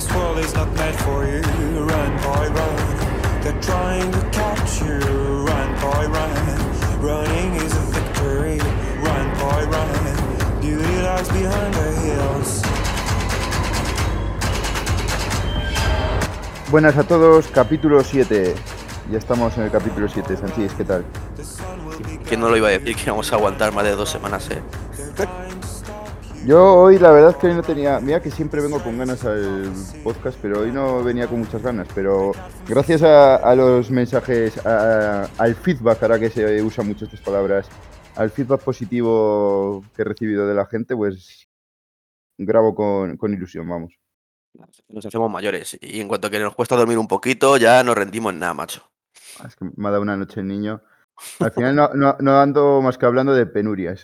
This world is not meant for you. Run, boy, run. They're trying to catch you. Run, boy, run. Running is a victory. Run, boy, run. Beauty lies behind the hills. Buenas a todos, capítulo 7. Ya estamos en el capítulo 7, Sanchís, ¿qué tal? ¿Quién no lo iba a decir que vamos a aguantar más de 2 semanas, Yo hoy la verdad es que hoy no tenía, mira que siempre vengo con ganas al podcast, pero hoy no venía con muchas ganas, pero gracias a los mensajes, al feedback, ahora que se usa mucho estas palabras, al feedback positivo que he recibido de la gente, pues grabo con ilusión, vamos. Nos hacemos mayores y en cuanto que nos cuesta dormir un poquito, ya no rendimos en nada, macho. Es que me ha dado una noche el niño. Al final no ando más que hablando de penurias.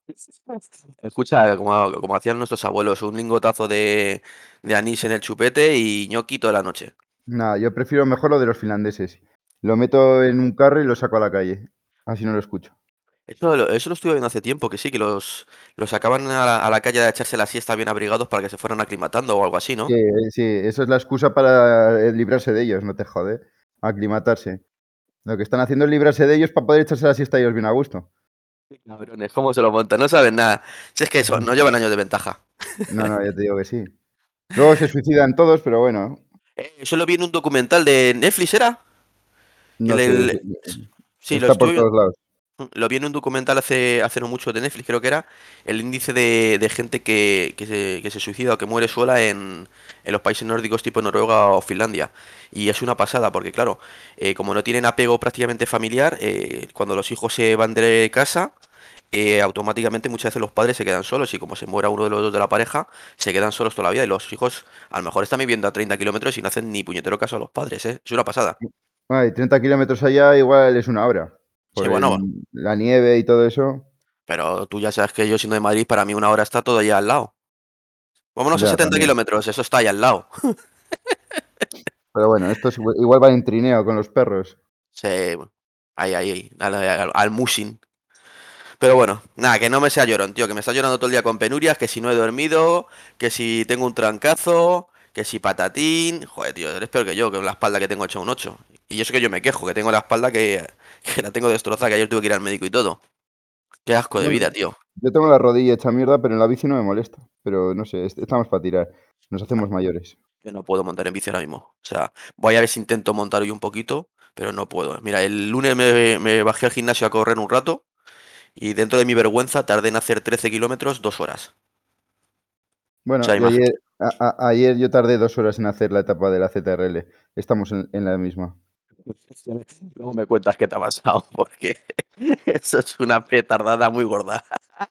Escucha, como hacían nuestros abuelos, un lingotazo de anís en el chupete y ñoqui toda la noche. Nada, yo prefiero mejor lo de los finlandeses. Lo meto en un carro y lo saco a la calle. Así no lo escucho. Eso lo estuve viendo hace tiempo, que sí, que los sacaban a la calle a echarse la siesta bien abrigados para que se fueran aclimatando o algo así, Sí, ¿no? sí, eso es la excusa para librarse de ellos, no te jode. Aclimatarse. Lo que están haciendo es librarse de ellos para poder echarse la siesta ellos bien a gusto. Cabrones, ¿cómo se lo montan? No saben nada. Si es que eso, no llevan años de ventaja. No, ya te digo que sí. Luego se suicidan todos, pero bueno, Eso lo vi en un documental de Netflix, ¿era? no El, sé. el- sí, lo Está por estuve viendo. todos lados. Lo vi en un documental hace no mucho de Netflix, creo que era, el índice de gente que se suicida o que muere sola en los países nórdicos tipo Noruega o Finlandia. Y es una pasada, porque claro, como no tienen apego prácticamente familiar, cuando los hijos se van de casa, automáticamente muchas veces los padres se quedan solos y como se muera uno de los dos de la pareja, se quedan solos toda la vida y los hijos a lo mejor están viviendo a 30 kilómetros y no hacen ni puñetero caso a los padres, ¿eh? Es una pasada. Ay, 30 kilómetros allá igual es una hora. Sí, Por bueno, la nieve y todo eso. pero tú ya sabes que yo siendo de Madrid, para mí una hora está todo allá al lado. Vámonos a Ya, 70 también. kilómetros, eso está ahí al lado. Pero bueno, estos igual van en trineo con los perros. Sí, ahí, al Musin. Pero bueno, nada, que no me sea llorón, tío, que me está llorando todo el día con penurias, que si no he dormido, que si tengo un trancazo, que si patatín. Joder, tío, eres peor que yo, que la espalda que tengo hecha un 8. Y eso que yo me quejo, que tengo la espalda que la tengo destrozada, que ayer tuve que ir al médico y todo. Qué asco de Bueno, vida, tío. yo tengo la rodilla hecha mierda, pero en la bici no me molesta. Pero no sé, estamos para tirar. Nos hacemos mayores. Yo no puedo montar en bici ahora mismo. O sea, voy a ver si intento montar hoy un poquito, pero no puedo. Mira, el lunes me bajé al gimnasio a correr un rato y dentro de mi vergüenza tardé en hacer 13 kilómetros 2 horas. O Bueno, sea, y ayer yo tardé 2 horas en hacer la etapa de la ZRL. Estamos en la misma. luego me cuentas qué te ha pasado, porque eso es una petardada muy gorda.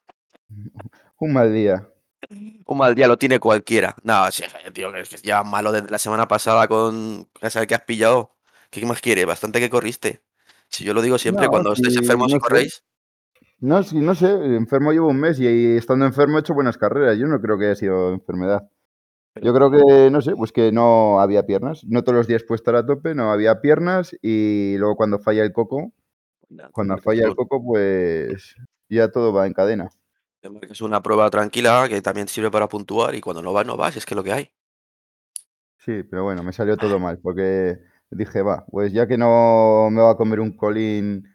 Un mal día. Un mal día lo tiene cualquiera. No, sí, tío, que es que ya malo desde la semana pasada con ya sabes que has pillado. ¿Qué más quiere? Bastante que corriste. Si yo lo digo siempre, No, cuando sí, estéis enfermos y no sé. corréis. No, sí, no sé. Enfermo llevo un mes y estando enfermo he hecho buenas carreras. Yo no creo que haya sido enfermedad. Pero, Yo creo que, no sé, pues que no había piernas. No todos los días puedo estar a tope, no había piernas y luego cuando falla el coco, nada, cuando falla el coco, pues ya todo va en cadena. te marcas una prueba tranquila que también sirve para puntuar y cuando no vas, no vas, es que es lo que hay. Sí, pero bueno, me salió todo mal porque dije, va, pues ya que no me va a comer un colín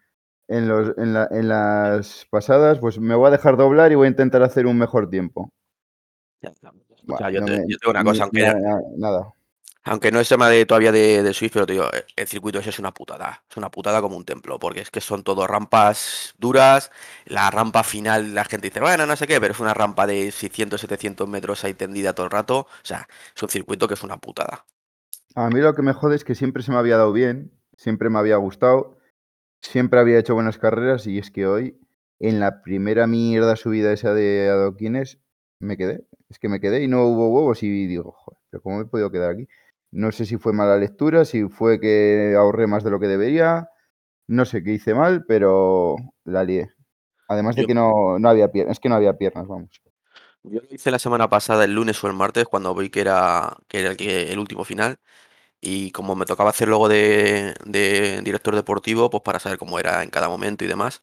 en las pasadas, pues me voy a dejar doblar y voy a intentar hacer un mejor tiempo. Ya está. Buah, Escucha, yo no te, me, yo te digo una cosa, nada. aunque no es tema de todavía de Swift, pero te digo, el circuito ese es una putada como un templo, porque es que son todo rampas duras, la rampa final la gente dice, bueno, no sé qué, pero es una rampa de 600, 700 metros ahí tendida todo el rato, o sea, es un circuito que es una putada. A mí lo que me jode es que siempre se me había dado bien, siempre me había gustado, siempre había hecho buenas carreras y es que hoy, en la primera mierda subida esa de adoquines, me quedé. Es que me quedé y no hubo huevos y digo, joder, pero ¿cómo me he podido quedar aquí? No sé si fue mala lectura, si fue que ahorré más de lo que debería, no sé qué hice mal, pero la lié. Además de Yo, que no había piernas, es que no había piernas, vamos. yo lo hice la semana pasada, el lunes o el martes, cuando vi que era el último final, y como me tocaba hacer luego de director deportivo, pues para saber cómo era en cada momento y demás.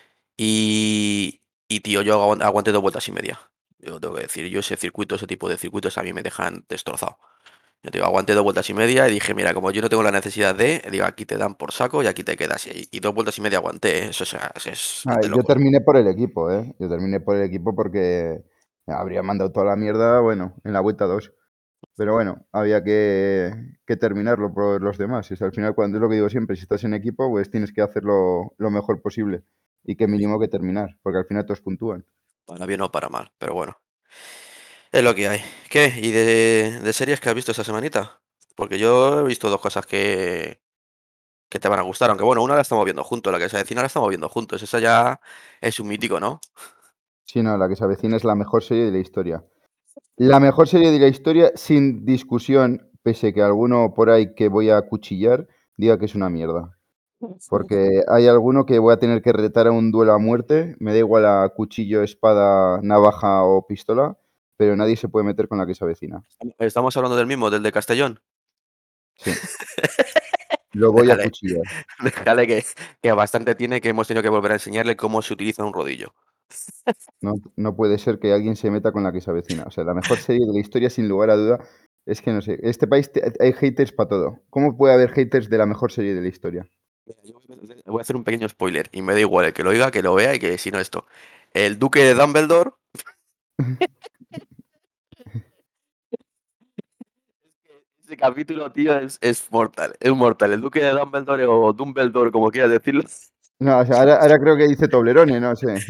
Y tío, yo aguanté 2 vueltas y media. Yo tengo que decir, yo ese circuito, ese tipo de circuitos a mí me dejan destrozado. Yo te digo, aguanté 2 vueltas y media y dije, mira, como yo no tengo la necesidad de, digo, aquí te dan por saco y aquí te quedas. Y 2 vueltas y media aguanté, ¿eh? Eso es de Yo locos. terminé por el equipo, ¿eh? Yo terminé por el equipo porque habría mandado toda la mierda, bueno, en la vuelta 2. Pero bueno, había que terminarlo por los demás. Y al final, cuando es lo que digo siempre, si estás en equipo, pues tienes que hacerlo lo mejor posible. Y qué mínimo que terminar, porque al final todos puntúan. Para bien o para mal, pero bueno. Es lo que hay. ¿Qué? ¿Y de series que has visto esta semanita? Porque yo he visto dos cosas que te van a gustar, aunque bueno, una la estamos viendo juntos, la que se avecina la estamos viendo juntos. Esa ya es un mítico, ¿no? Sí, no, la que se avecina es la mejor serie de la historia. La mejor serie de la historia, sin discusión, pese que alguno por ahí que voy a acuchillar diga que es una mierda. Porque hay alguno que voy a tener que retar a un duelo a muerte, me da igual a cuchillo, espada, navaja o pistola, pero nadie se puede meter con la que se avecina. Estamos hablando del mismo, del de Castellón. Sí, lo voy a Déjale, cuchillar. déjale que bastante tiene que hemos tenido que volver a enseñarle cómo se utiliza un rodillo. No, no puede ser que alguien se meta con la que se avecina. O sea, la mejor serie de la historia, sin lugar a duda, es que no sé. Este país hay haters para todo. ¿Cómo puede haber haters de la mejor serie de la historia? Mira, yo voy a hacer un pequeño spoiler y me da igual el que lo oiga, que lo vea y que si no esto. El duque de Dumbledore, ese capítulo, tío, es mortal, es mortal. El duque de Dumbledore o Dumbledore, como quieras decirlo. No, o sea, ahora creo que dice Toblerone, no sé.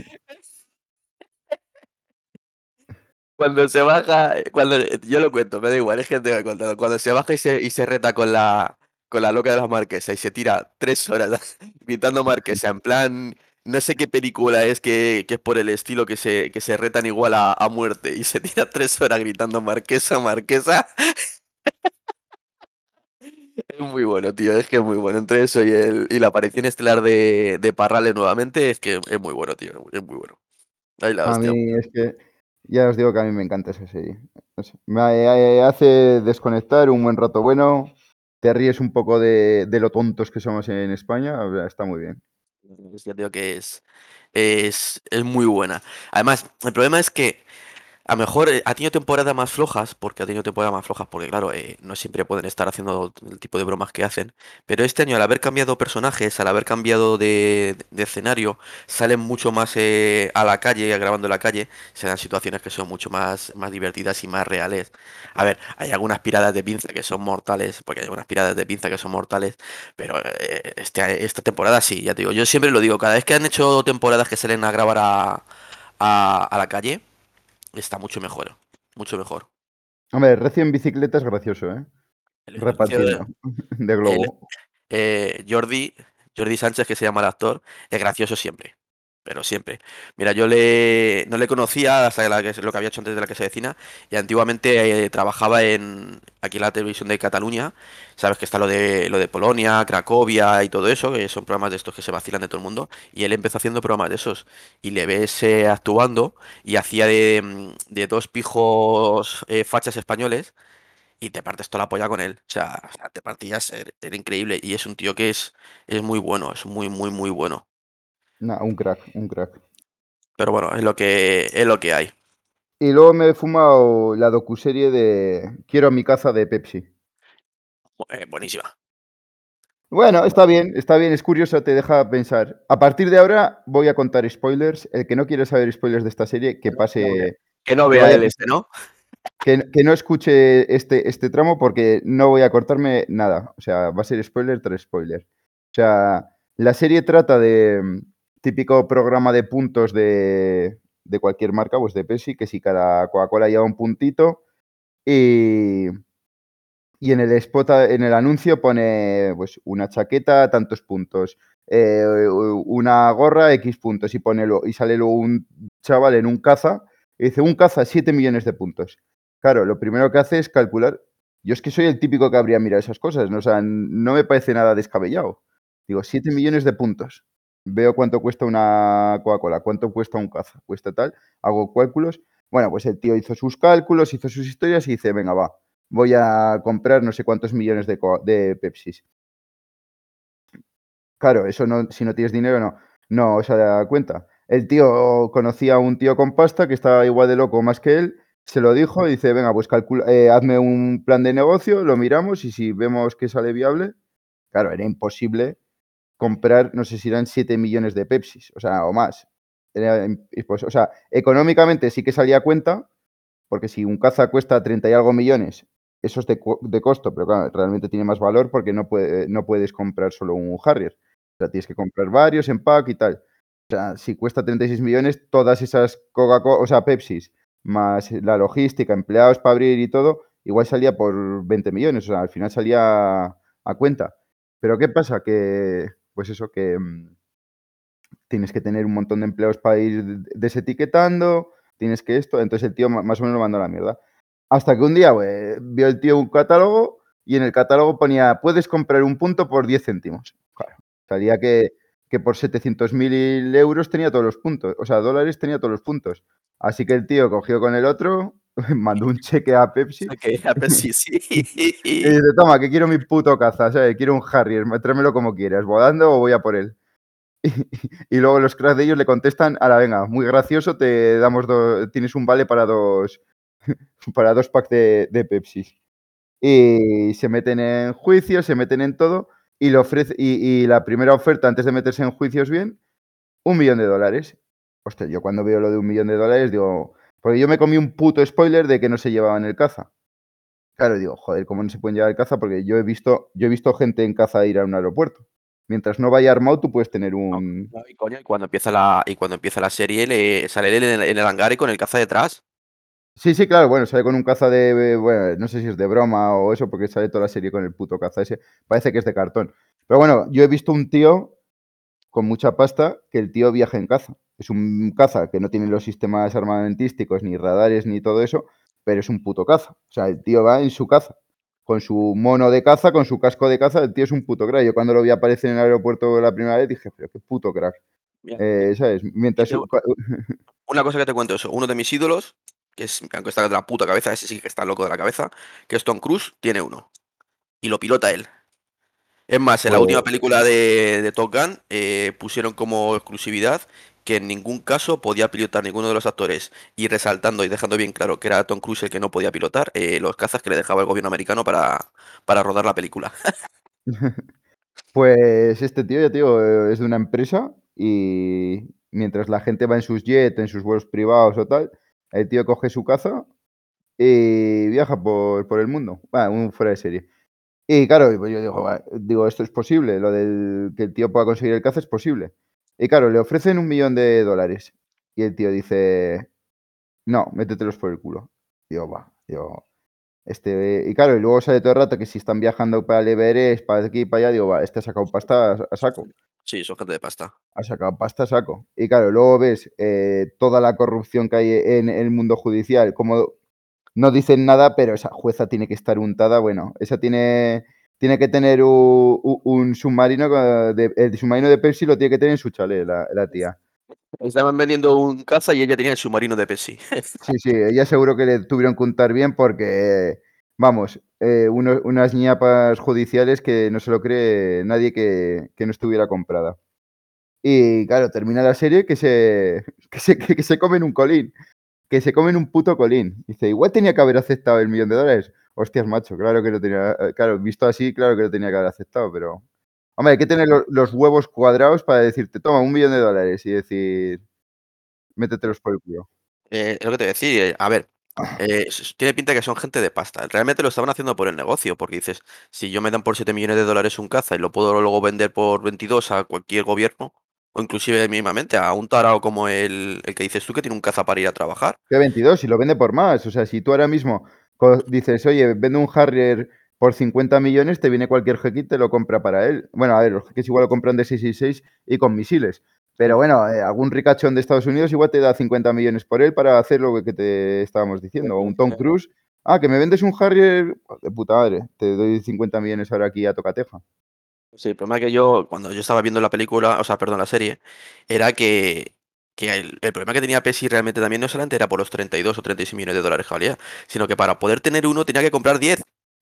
Cuando se baja, yo lo cuento, me da igual, es que te voy a contar. Cuando se baja y se reta con la loca de la marquesa y se tira 3 horas gritando marquesa, en plan, no sé qué película es que es por el estilo que se retan igual a muerte y se tira 3 horas gritando marquesa, marquesa. Es muy bueno, tío, es que es muy bueno. Entre eso y la aparición estelar de Parrales nuevamente, es que es muy bueno, tío, es muy bueno. Ahí la A hostia. mí es que ya os digo que a mí me encanta esa serie. No sé, me hace desconectar un buen rato bueno. Te ríes un poco de lo tontos que somos en España. O sea, está muy bien. Ya digo que es muy buena. Además, el problema es que a lo mejor ha tenido temporadas más flojas, porque ha tenido temporadas más flojas, porque claro, no siempre pueden estar haciendo el tipo de bromas que hacen. Pero este año, al haber cambiado personajes, al haber cambiado de escenario, salen mucho más a la calle, grabando en la calle, se dan situaciones que son mucho más divertidas y más reales. A ver, hay algunas piradas de pinza que son mortales, porque hay algunas piradas de pinza que son mortales, pero esta temporada sí, ya te digo, yo siempre lo digo, cada vez que han hecho temporadas que salen a grabar a la calle, está mucho mejor, mucho mejor. Hombre, Recio en bicicleta es gracioso, ¿eh? El recio Repartiendo de el, globo. Jordi Sánchez, que se llama el actor, es gracioso siempre. Pero siempre. Mira, no le conocía hasta lo que había hecho antes de la que se vecina. Y antiguamente trabajaba aquí en la televisión de Cataluña. Sabes que está lo de Polonia, Cracovia y todo eso, que son programas de estos que se vacilan de todo el mundo. Y él empezó haciendo programas de esos. Y le ves actuando y hacía de dos pijos fachas españoles y te partes toda la polla con él. O sea, te partías, era increíble. Y es un tío que es muy bueno, es muy, muy, muy bueno. Nah, un crack, un crack. Pero bueno, es lo que hay. Y luego me he fumado la docuserie de Quiero a mi caza de Pepsi. Buenísima. Bueno, está bien, es curioso, te deja pensar. A partir de ahora voy a contar spoilers. El que no quiere saber spoilers de esta serie, que Que no vea, pase, que no que vea vaya, él este, ¿no? que no escuche este tramo porque no voy a cortarme nada. O sea, va a ser spoiler tras spoiler. O sea, la serie trata de típico programa de puntos de cualquier marca, pues de Pepsi, que si cada Coca-Cola lleva un puntito y en el spot, en el anuncio pone pues una chaqueta, tantos puntos, una gorra, X puntos, y sale luego un chaval en un caza, y dice, un caza, 7 millones de puntos. Claro, lo primero que hace es calcular. Yo es que soy el típico que habría mirado esas cosas, ¿no? O sea, no me parece nada descabellado. Digo, 7 millones de puntos. Veo cuánto cuesta una Coca-Cola, cuánto cuesta un caza, cuesta tal, hago cálculos. Bueno, pues el tío hizo sus cálculos, hizo sus historias y dice, venga, va, voy a comprar no sé cuántos millones de Pepsis. Claro, eso no, si no tienes dinero, no se da cuenta. El tío conocía a un tío con pasta que estaba igual de loco más que él, se lo dijo y dice: "Venga, pues hazme un plan de negocio, lo miramos y si vemos que sale viable". Claro, era imposible comprar, no sé si eran 7 millones de Pepsis, o sea, o más. Y pues, o sea, económicamente sí que salía a cuenta, porque si un caza cuesta 30 y algo millones, eso es de costo, pero claro, realmente tiene más valor porque no puedes comprar solo un Harrier. O sea, tienes que comprar varios en pack y tal. O sea, si cuesta 36 millones, todas esas Coca-Cola, o sea, Pepsis, más la logística, empleados para abrir y todo, igual salía por 20 millones, o sea, al final salía a cuenta. Pero ¿qué pasa? Que, pues eso, que tienes que tener un montón de empleados para ir desetiquetando, tienes que esto, entonces el tío más o menos lo mandó a la mierda. Hasta que un día, vio el tío un catálogo y en el catálogo ponía, puedes comprar un punto por 10 céntimos. Claro, salía que por 700.000 euros tenía todos los puntos, o sea, dólares tenía todos los puntos. Así que el tío cogió con el otro, mandó un cheque a Pepsi Que a ver si sí. y dice, toma, que quiero mi puto caza, ¿sabes? Quiero un Harrier, tráemelo como quieras, ¿volando o voy a por él? Y luego los cracks de ellos le contestan, la venga, muy gracioso, te damos tienes un vale para dos, para 2 packs de Pepsi. Y se meten en juicios, se meten en todo, y le ofrece, y la primera oferta, antes de meterse en juicios bien, $1 millón. Hostia, yo cuando veo lo de $1 millón digo, porque yo me comí un puto spoiler de que no se llevaban el caza. Claro, digo, joder, ¿cómo no se pueden llevar el caza? Porque yo he visto gente en caza ir a un aeropuerto. Mientras no vaya armado, tú puedes tener No, un. no, y coño, y cuando empieza la serie, sale él en el hangar y con el caza detrás. Sí, sí, claro, bueno, sale con un caza bueno, no sé si es de broma o eso, porque sale toda la serie con el puto caza ese. Parece que es de cartón. Pero bueno, yo he visto un tío con mucha pasta que el tío viaja en caza. Es un caza que no tiene los sistemas armamentísticos, ni radares, ni todo eso, pero es un puto caza. O sea, el tío va en su caza, con su mono de caza, con su casco de caza, el tío es un puto crack. Yo cuando lo vi aparecer en el aeropuerto la primera vez dije, pero qué puto crack. Mira, ¿Sabes? yo Mientras. una cosa que te cuento eso, uno de mis ídolos, que es, aunque está de la puta cabeza, ese sí que está loco de la cabeza, que es Tom Cruise, tiene uno. Y lo pilota él. Es más, en la última Pues. película de Top Gun pusieron como exclusividad que en ningún caso podía pilotar ninguno de los actores y resaltando y dejando bien claro que era Tom Cruise el que no podía pilotar los cazas que le dejaba el gobierno americano para rodar la película. Pues este tío, ya te digo, es de una empresa y mientras la gente va en sus jets, en sus vuelos privados o tal, el tío coge su caza y viaja por el mundo. Un fuera de serie. Y claro, pues yo digo, digo, esto es posible, lo del que el tío pueda conseguir el caza es posible. Y claro, le ofrecen $1 millón. Y el tío dice, no, métetelos por el culo. Digo, digo, y claro, y luego sale todo el rato que si están viajando para el Everest, para aquí y para allá, digo, este ha sacado pasta a saco. Sí, son gente de pasta. Ha sacado pasta a saco. Y claro, luego ves toda la corrupción que hay en el mundo judicial, como no dicen nada, pero esa jueza tiene que estar untada. Bueno, esa tiene que tener un submarino, el submarino de Pepsi lo tiene que tener en su chalet, la tía. Estaban vendiendo un caza y ella tenía el submarino de Pepsi. Sí, sí, ella seguro que le tuvieron que untar bien porque, vamos, unas ñapas judiciales que no se lo cree nadie que no estuviera comprada. Y claro, termina la serie que se comen un colín, que se comen un puto colín. Dice, igual tenía que haber aceptado el $1 millón. Hostias, macho, claro que lo tenía, claro, visto así, claro que lo tenía que haber aceptado, pero. Hombre, hay que tener los huevos cuadrados para decirte, toma, $1 millón y decir, métetelos por el culo. Es lo que te voy a decir, a ver, tiene pinta que son gente de pasta. Realmente lo estaban haciendo por el negocio, porque dices, si yo me dan por 7 millones de dólares un caza y lo puedo luego vender por 22 a cualquier gobierno, o inclusive mismamente a un tarao como el que dices tú que tiene un caza para ir a trabajar. Que 22 y lo vende por más. O sea, si tú ahora mismo dices, oye, vende un Harrier por 50 millones, te viene cualquier jeque y te lo compra para él. Bueno, a ver, los jeques igual lo compran de 666 y con misiles. Pero bueno, algún ricachón de Estados Unidos igual te da 50 millones por él para hacer lo que te estábamos diciendo. O un Tom Cruise. Que me vendes un Harrier, de puta madre, te doy 50 millones ahora aquí a tocateja. Sí, el problema es que yo, cuando yo estaba viendo la película, o sea, perdón, la serie, era que el problema que tenía Pepsi realmente también no solamente era por los 32 o 36 millones de dólares que valía, sino que para poder tener uno tenía que comprar 10.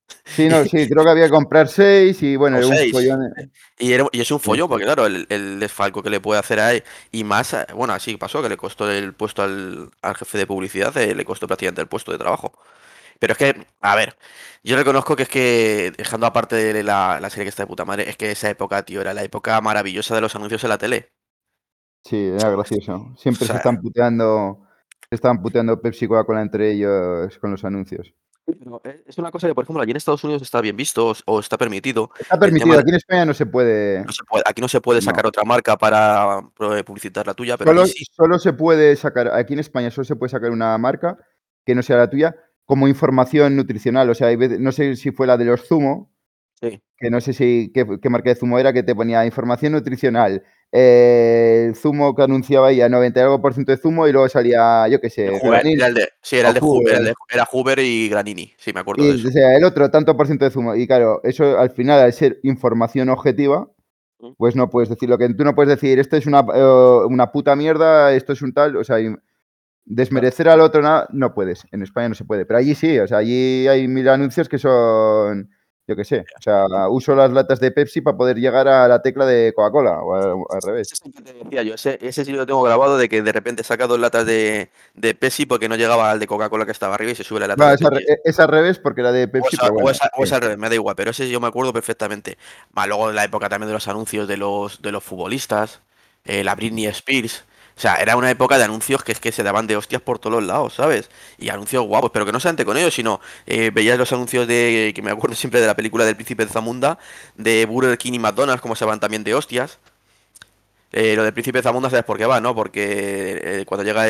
Sí, no, sí, creo que había que comprar 6 y bueno, O era un 6. follón. Y es un Sí, follón, porque claro, el desfalco que le puede hacer a él, y más, bueno, así pasó, que le costó el puesto al jefe de publicidad, le costó prácticamente el puesto de trabajo. Pero es que, a ver, yo reconozco que es que, dejando aparte de la serie que está de puta madre, es que esa época, tío, era la época maravillosa de los anuncios en la tele. sí, era gracioso. O Siempre sea, se estaban puteando Pepsi y Coca-Cola entre ellos con los anuncios. pero es una cosa que, por ejemplo, allí en Estados Unidos está bien visto o está permitido Está el tema permitido, de, aquí en España no se puede. no se puede, aquí no se puede No. sacar otra marca para publicitar la tuya, pero allí Solo, sí. solo se puede sacar, aquí en España solo se puede sacar una marca que no sea la tuya como información nutricional. O sea, no sé si fue la de los zumo, Sí. que no sé si qué marca de zumo era, que te ponía información nutricional. El zumo que anunciaba ahí a 90 y algo por ciento de zumo y luego salía, yo qué De sé, Hoover, granil era el de, sí, era o el de Hoover, jugo. era Hoover y Granini, sí, me acuerdo de Y eso. o sea, el otro tanto por ciento de zumo. Y claro, eso al final, al ser información objetiva, Mm. pues no puedes decir lo que tú no puedes decir, esto es una puta mierda, esto es un tal, o sea, Claro. desmerecer al otro nada, no puedes. En España no se puede. Pero allí sí, o sea, allí hay mil anuncios que son, yo qué sé. O sea, uso las latas de Pepsi para poder llegar a la tecla de Coca-Cola o al revés. Ese es el que te decía yo, ese sí lo tengo grabado de que de repente saca dos latas de Pepsi porque no llegaba al de Coca-Cola que estaba arriba y se sube la lata Bueno, de Pepsi. es al revés porque era de Pepsi, pero bueno, O es sí. al revés, me da igual, pero ese yo me acuerdo perfectamente. Más luego de la época también de los anuncios de los futbolistas, la Britney Spears. O sea, era una época de anuncios que es que se daban de hostias por todos los lados, ¿sabes? Y anuncios guapos, pero que no solamente con ellos, sino veías los anuncios que me acuerdo siempre de la película del Príncipe de Zamunda, de Burger King y McDonald's, como se van también de hostias. Lo del Príncipe de Zamunda, ¿sabes por qué va, no? Porque cuando llega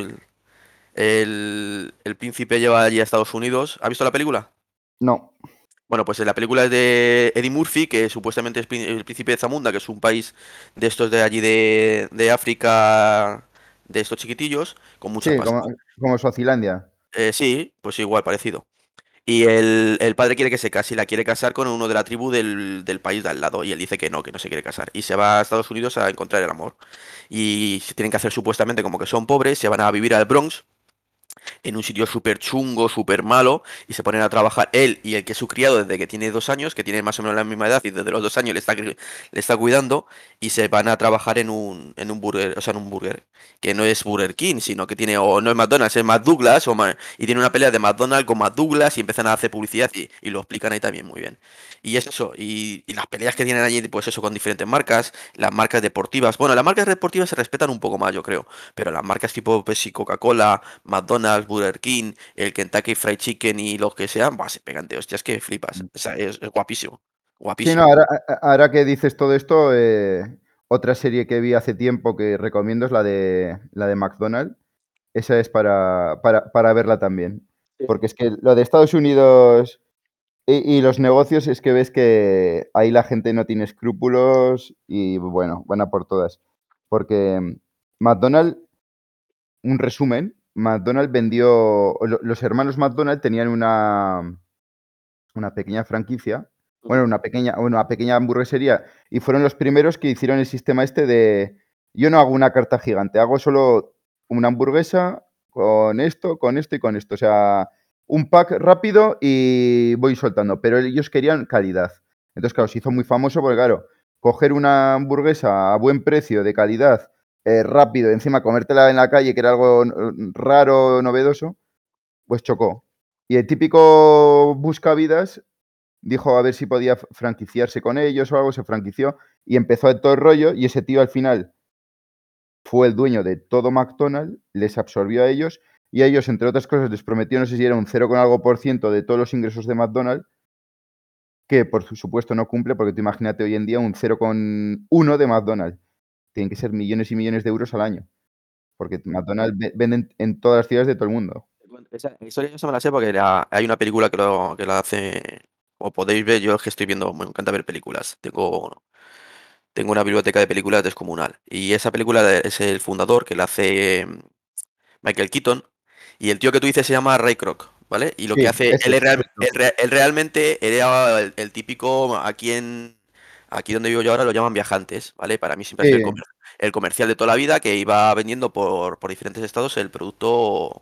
el príncipe lleva allí a Estados Unidos. ¿Has visto la película? No, Bueno, pues en la película es de Eddie Murphy, que supuestamente es el príncipe de Zamunda, que es un país de estos de allí de África, de estos chiquitillos, con mucha sí, pasta. como Suazilandia. Sí, pues igual, parecido. Y el padre quiere que se case y la quiere casar con uno de la tribu del país de al lado. Y él dice que no se quiere casar. Y se va a Estados Unidos a encontrar el amor. Y se tienen que hacer supuestamente como que son pobres, se van a vivir al Bronx en un sitio súper chungo, súper malo, y se ponen a trabajar él y el que es su criado desde que tiene 2 años, que tiene más o menos la misma edad y desde los 2 años le está cuidando, y se van a trabajar en un burger, o sea, en un burger, que no es Burger King, sino que tiene, o no es McDonald's, es McDouglas, y tiene una pelea de McDonald's con McDouglas y empiezan a hacer publicidad y lo explican ahí también muy bien. Y es eso, y las peleas que tienen allí, pues eso, con diferentes marcas, las marcas deportivas, bueno, las marcas deportivas se respetan un poco más, yo creo, pero las marcas tipo Pepsi, Coca-Cola, McDonald's, Burger King, el Kentucky Fried Chicken y los que sean, buah, se pegan de hostias que flipas. O sea, es guapísimo. Sí, no, Guapísimo. ahora que dices todo esto, otra serie que vi hace tiempo que recomiendo es la de McDonald's. Esa es para verla también. Sí. Porque es que lo de Estados Unidos y los negocios es que ves que ahí la gente no tiene escrúpulos y bueno, van a por todas. Porque McDonald's, un resumen, McDonald's vendió, los hermanos McDonald's tenían una pequeña franquicia, Ujú. bueno, una pequeña hamburguesería, y fueron los primeros que hicieron el sistema este de, yo no hago una carta gigante, hago solo una hamburguesa con esto y con esto. O sea, un pack rápido y voy soltando, pero ellos querían calidad. Entonces, claro, se hizo muy famoso porque, claro, coger una hamburguesa a buen precio, de calidad, rápido, encima comértela en la calle, que era algo raro, novedoso, pues chocó. Y el típico buscavidas dijo a ver si podía franquiciarse con ellos o algo, se franquició y empezó todo el rollo y ese tío al final fue el dueño de todo McDonald's, les absorbió a ellos y a ellos, entre otras cosas, les prometió, no sé si era un 0 con algo por ciento de todos los ingresos de McDonald's, que por supuesto no cumple, porque tú imagínate hoy en día un 0,1 de McDonald's. Tienen que ser millones y millones de euros al año, porque McDonald's venden en todas las ciudades de todo el mundo. Esa historia yo se me la sé porque hay una película que la hace, o podéis ver, yo es que estoy viendo, me encanta ver películas. Tengo una biblioteca de películas descomunal. Y esa película es el fundador que la hace Michael Keaton. Y el tío que tú dices se llama Ray Kroc, ¿vale? Y lo que Sí, hace, ese es. él realmente era el típico, aquí donde vivo yo ahora lo llaman viajantes, ¿vale? Para mí siempre ha sido Sí, el comercial de toda la vida que iba vendiendo por diferentes estados el producto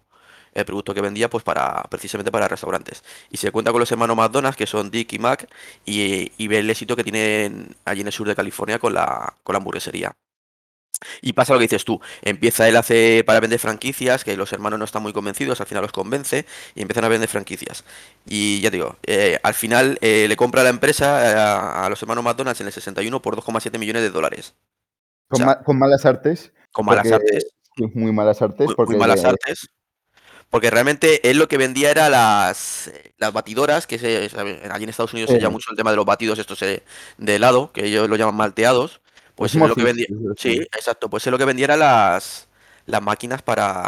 el producto que vendía pues precisamente para restaurantes. Y se cuenta con los hermanos McDonald's, que son Dick y Mac, y ve el éxito que tienen allí en el sur de California con la hamburguesería. Y pasa lo que dices tú, empieza él hace para vender franquicias, que los hermanos no están muy convencidos, al final los convence y empiezan a vender franquicias. Y ya te digo, al final le compra la empresa a los hermanos McDonald's en el 61 por 2,7 millones de dólares. O sea, Con malas artes, con malas porque artes, sí, muy malas artes, muy porque malas artes. Porque realmente él lo que vendía era las batidoras, allí en Estados Unidos se llama mucho el tema de los batidos estos de helado, que ellos lo llaman malteados. los Pues él lo que muffins, vendía, sí, sí. exacto, pues él lo que vendía era las máquinas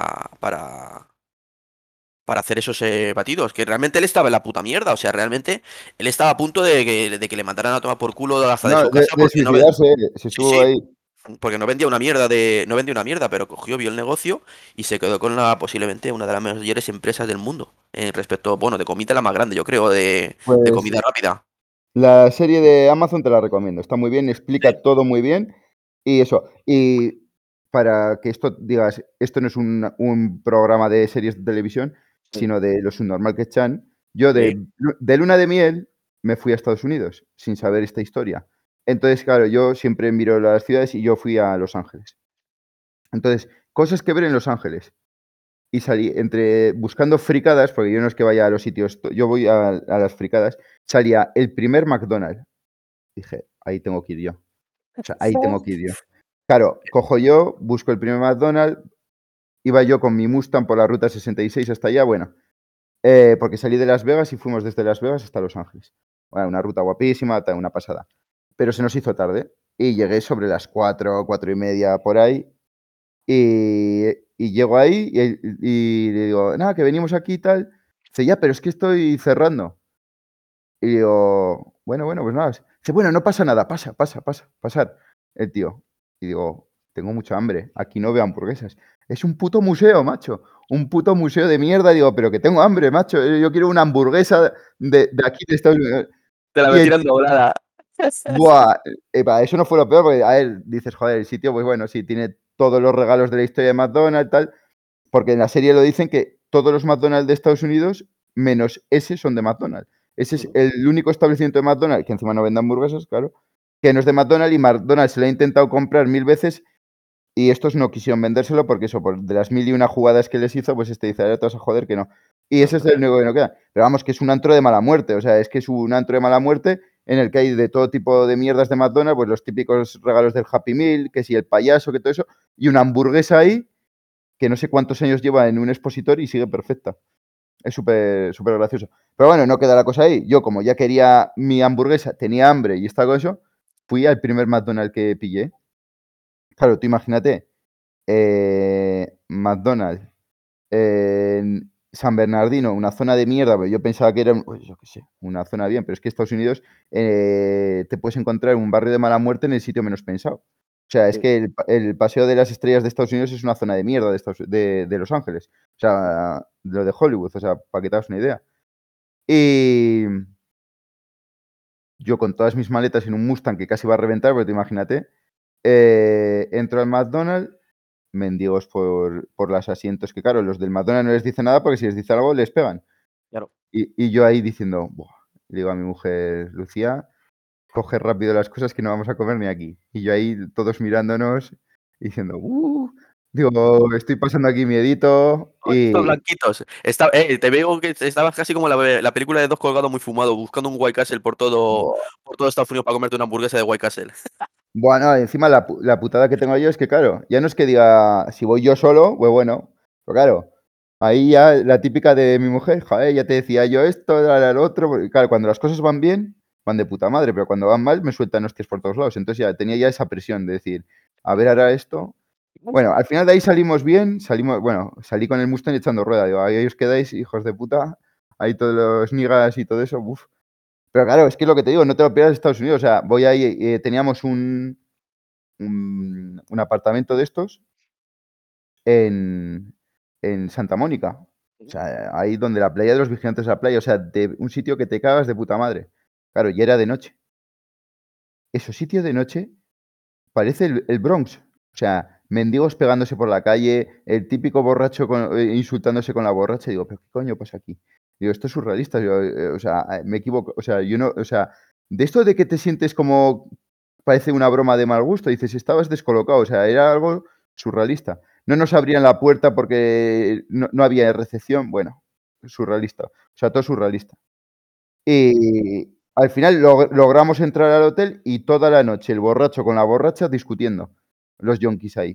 para hacer esos batidos, que realmente él estaba en la puta mierda, o sea, realmente él estaba a punto de que le mandaran a tomar por culo hasta de No, su casa de porque no ve. suicidarse, se Sí, estuvo sí, ahí. porque no vendía una mierda, pero cogió, vio el negocio y se quedó con posiblemente una de las mayores empresas del mundo. Respecto, bueno, de comida la más grande, yo creo, de Pues comida rápida. la serie de Amazon te la recomiendo. Está muy bien, Sí. explica todo muy bien. Y eso. Y para que esto digas, esto no es un programa de series de televisión, sino de lo subnormal que es Chan. Yo Sí. de luna de miel me fui a Estados Unidos sin saber esta historia. Entonces, claro, yo siempre miro las ciudades y yo fui a Los Ángeles. Entonces, cosas que ver en Los Ángeles. Y salí buscando fricadas, porque yo no es que vaya a los sitios, yo voy a las fricadas, salía el primer McDonald's. Dije, ahí tengo que ir yo. O sea, ahí tengo que ir yo. Claro, cojo yo, busco el primer McDonald's, iba yo con mi Mustang por la ruta 66 hasta allá, bueno, porque salí de Las Vegas y fuimos desde Las Vegas hasta Los Ángeles. Bueno, una ruta guapísima, una pasada. Pero se nos hizo tarde y llegué sobre las 4, 4:30 por ahí y llego ahí y le digo, nada, que venimos aquí y tal. Dice, ya, pero es que estoy cerrando. Y digo, bueno, pues nada. Dice, bueno, no pasa nada, pasar. El tío. Y digo, tengo mucha hambre, aquí no veo hamburguesas. Es un puto museo, macho. Un puto museo de mierda. Digo, pero que tengo hambre, macho. Yo quiero una hamburguesa de aquí de Estados Unidos. Te la Y el metieron doblada. buah, eso no fue lo peor, porque a ver, dices, joder, el sitio, pues bueno, sí, tiene todos los regalos de la historia de McDonald's, tal, porque en la serie lo dicen que todos los McDonald's de Estados Unidos, menos ese, son de McDonald's. Ese es el único establecimiento de McDonald's, que encima no vende hamburguesas, claro, que no es de McDonald's y McDonald's se lo ha intentado comprar 1000 veces y estos no quisieron vendérselo porque eso, por de las 1001 jugadas que les hizo, pues este dice, ahora te vas a joder que no. Y ese es el único que no queda. Pero vamos, que es un antro de mala muerte, o sea, es que es un antro de mala muerte en el que hay de todo tipo de mierdas de McDonald's, pues los típicos regalos del Happy Meal, que si el payaso, que todo eso, y una hamburguesa ahí que no sé cuántos años lleva en un expositor y sigue perfecta. Es súper súper gracioso. Pero bueno, no queda la cosa ahí. Yo, como ya quería mi hamburguesa, tenía hambre y estaba con eso, fui al primer McDonald's que pillé. Claro, tú imagínate, McDonald's en San Bernardino, una zona de mierda, pero yo pensaba que era, pues yo qué sé, una zona bien, pero es que Estados Unidos te puedes encontrar un barrio de mala muerte en el sitio menos pensado. O sea, es Sí. que el Paseo de las Estrellas de Estados Unidos es una zona de mierda de Los Ángeles. O sea, lo de Hollywood, o sea, para que te hagas una idea. Y yo con todas mis maletas en un Mustang que casi va a reventar, porque te imagínate, entro al McDonald's, mendigos por los asientos, que claro, los del McDonald's no les dice nada porque si les dice algo les pegan. Claro. Y yo ahí diciendo, buah, le digo a mi mujer, Lucía, coge rápido las cosas que no vamos a comer ni aquí. Y yo ahí todos mirándonos diciendo, digo, estoy pasando aquí miedito Estos y blanquitos. Te veo que estabas casi como la película de Dos Colgados muy fumado, buscando un White Castle por todo, buah, por todo Estados Unidos para comerte una hamburguesa de White Castle. bueno, encima la putada que tengo yo es que, claro, ya no es que diga, si voy yo solo, pues bueno, pero claro, ahí ya la típica de mi mujer, joder, ya te decía yo esto, ahora lo otro, porque claro, cuando las cosas van bien, van de puta madre, pero cuando van mal me sueltan hostias por todos lados. Entonces ya tenía ya esa presión de decir, a ver, ahora esto. Bueno, al final de ahí salimos bien, bueno, salí con el Mustang echando rueda, digo, ahí os quedáis, hijos de puta, ahí todos los niggas y todo eso, uff. Pero claro, es que es lo que te digo, no te lo pierdas de Estados Unidos, o sea, voy ahí, teníamos un apartamento de estos en, en Santa Mónica. O sea, ahí donde la playa de los vigilantes de la playa, o sea, de un sitio que te cagas de puta madre. Claro, y era de noche. Esos sitios de noche parece el Bronx. O sea, mendigos pegándose por la calle, el típico borracho insultándose con la borracha. Y digo, ¿pero qué coño pasa aquí? Digo, esto es surrealista. Digo, o sea, me equivoco. O sea, yo no, o sea, de esto de que te sientes como parece una broma de mal gusto, dices, estabas descolocado. O sea, era algo surrealista. No nos abrían la puerta porque no había recepción. Bueno, surrealista. O sea, todo surrealista. Y al final logramos entrar al hotel y toda la noche el borracho con la borracha discutiendo, los yonkis ahí.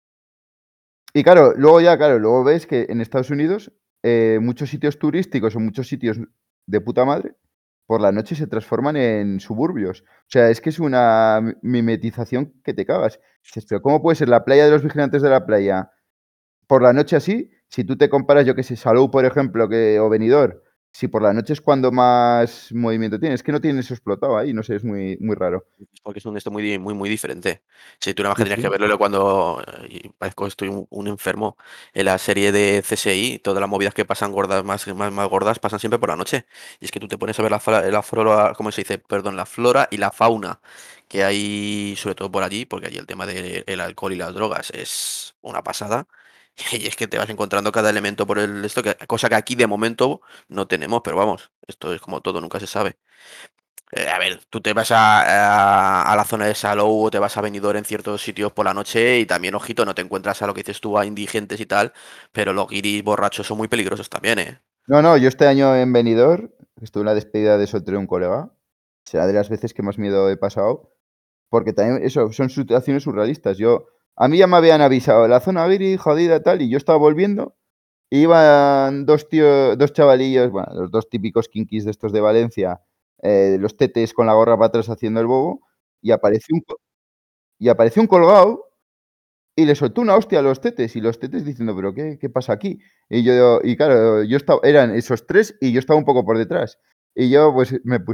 Y claro, luego ves que en Estados Unidos muchos sitios turísticos o muchos sitios de puta madre por la noche se transforman en suburbios. O sea, es que es una mimetización que te cagas. Dices, pero ¿cómo puede ser la playa de los vigilantes de la playa por la noche así? Si tú te comparas, yo qué sé, Salou, por ejemplo, o Benidorm, si por la noche es cuando más movimiento tiene, es que no tienen eso explotado ahí, no sé, es muy, muy raro. Porque es un esto muy diferente. Sí, tú nada más que Sí, tenías que sí. verlo cuando y parezco que estoy un enfermo. En la serie de CSI, todas las movidas que pasan gordas, más gordas, pasan siempre por la noche. Y es que tú te pones a ver la flora, ¿cómo se dice? Perdón, la flora y la fauna que hay, sobre todo por allí, porque allí el tema del alcohol y las drogas es una pasada. Y es que te vas encontrando cada elemento por esto, cosa que aquí de momento no tenemos, pero vamos, esto es como todo, nunca se sabe. A ver, tú te vas a la zona de Salou o te vas a Benidorm en ciertos sitios por la noche y también, ojito, no te encuentras a lo que dices tú, a indigentes y tal, pero los guiris borrachos son muy peligrosos también, ¿eh? No, no, yo este año en Benidorm, estuve en la despedida de soltero de un colega, será de las veces que más miedo he pasado, porque también eso, son situaciones surrealistas. A mí ya me habían avisado, la zona guiri, jodida, tal, y yo estaba volviendo. Iban dos chavalillos, bueno, los dos típicos kinkis de estos de Valencia, los tetes con la gorra para atrás haciendo el bobo, y apareció un colgado y le soltó una hostia a los tetes, y los tetes diciendo, ¿pero qué pasa aquí? Y claro, eran esos tres y yo estaba un poco por detrás. Y yo pues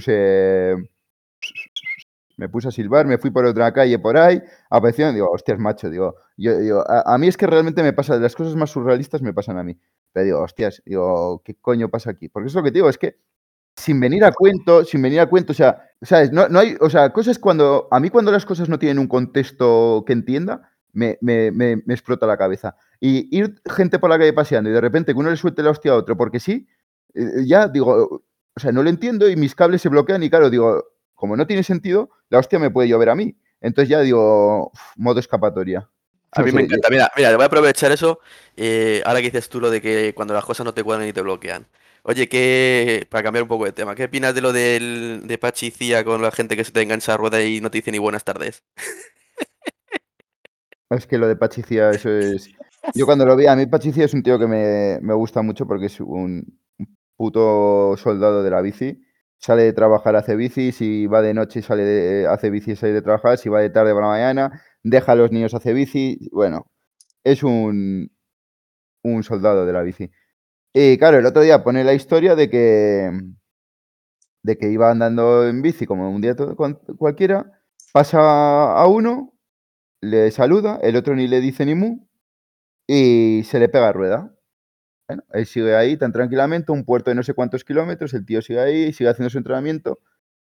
me puse a silbar, me fui por otra calle por ahí, aparecieron, digo, hostias, macho, a mí es que realmente me pasa, de las cosas más surrealistas me pasan a mí. Pero digo, hostias, ¿qué coño pasa aquí? Porque es lo que te digo, es que sin venir a cuento, o sea, ¿sabes? No hay, o sea, cosas a mí cuando las cosas no tienen un contexto que entienda, me explota la cabeza. Y ir gente por la calle paseando y de repente que uno le suelte la hostia a otro, porque sí, ya digo, o sea, no lo entiendo y mis cables se bloquean y claro, digo, como no tiene sentido, la hostia me puede llover a mí. Entonces ya digo, modo escapatoria. A No mí me sé, encanta. Mira, le voy a aprovechar eso, ahora que dices tú lo de que cuando las cosas no te cuadran y te bloquean. Oye, para cambiar un poco de tema, ¿qué opinas de lo de Pachi y Cía con la gente que se te engancha a rueda y no te dice ni buenas tardes? es que lo de Patricia, eso es. Yo cuando lo vi, a mí Patricia es un tío que me gusta mucho porque es un puto soldado de la bici. Sale de trabajar, hace bici, si va de noche hace bici y sale de trabajar, si va de tarde para la mañana, deja a los niños, hace bici. Bueno, es un soldado de la bici. Y claro, el otro día pone la historia de que iba andando en bici como un día cualquiera, pasa a uno, le saluda, el otro ni le dice ni mu y se le pega rueda. Bueno, él sigue ahí tan tranquilamente, un puerto de no sé cuántos kilómetros, el tío sigue ahí, sigue haciendo su entrenamiento,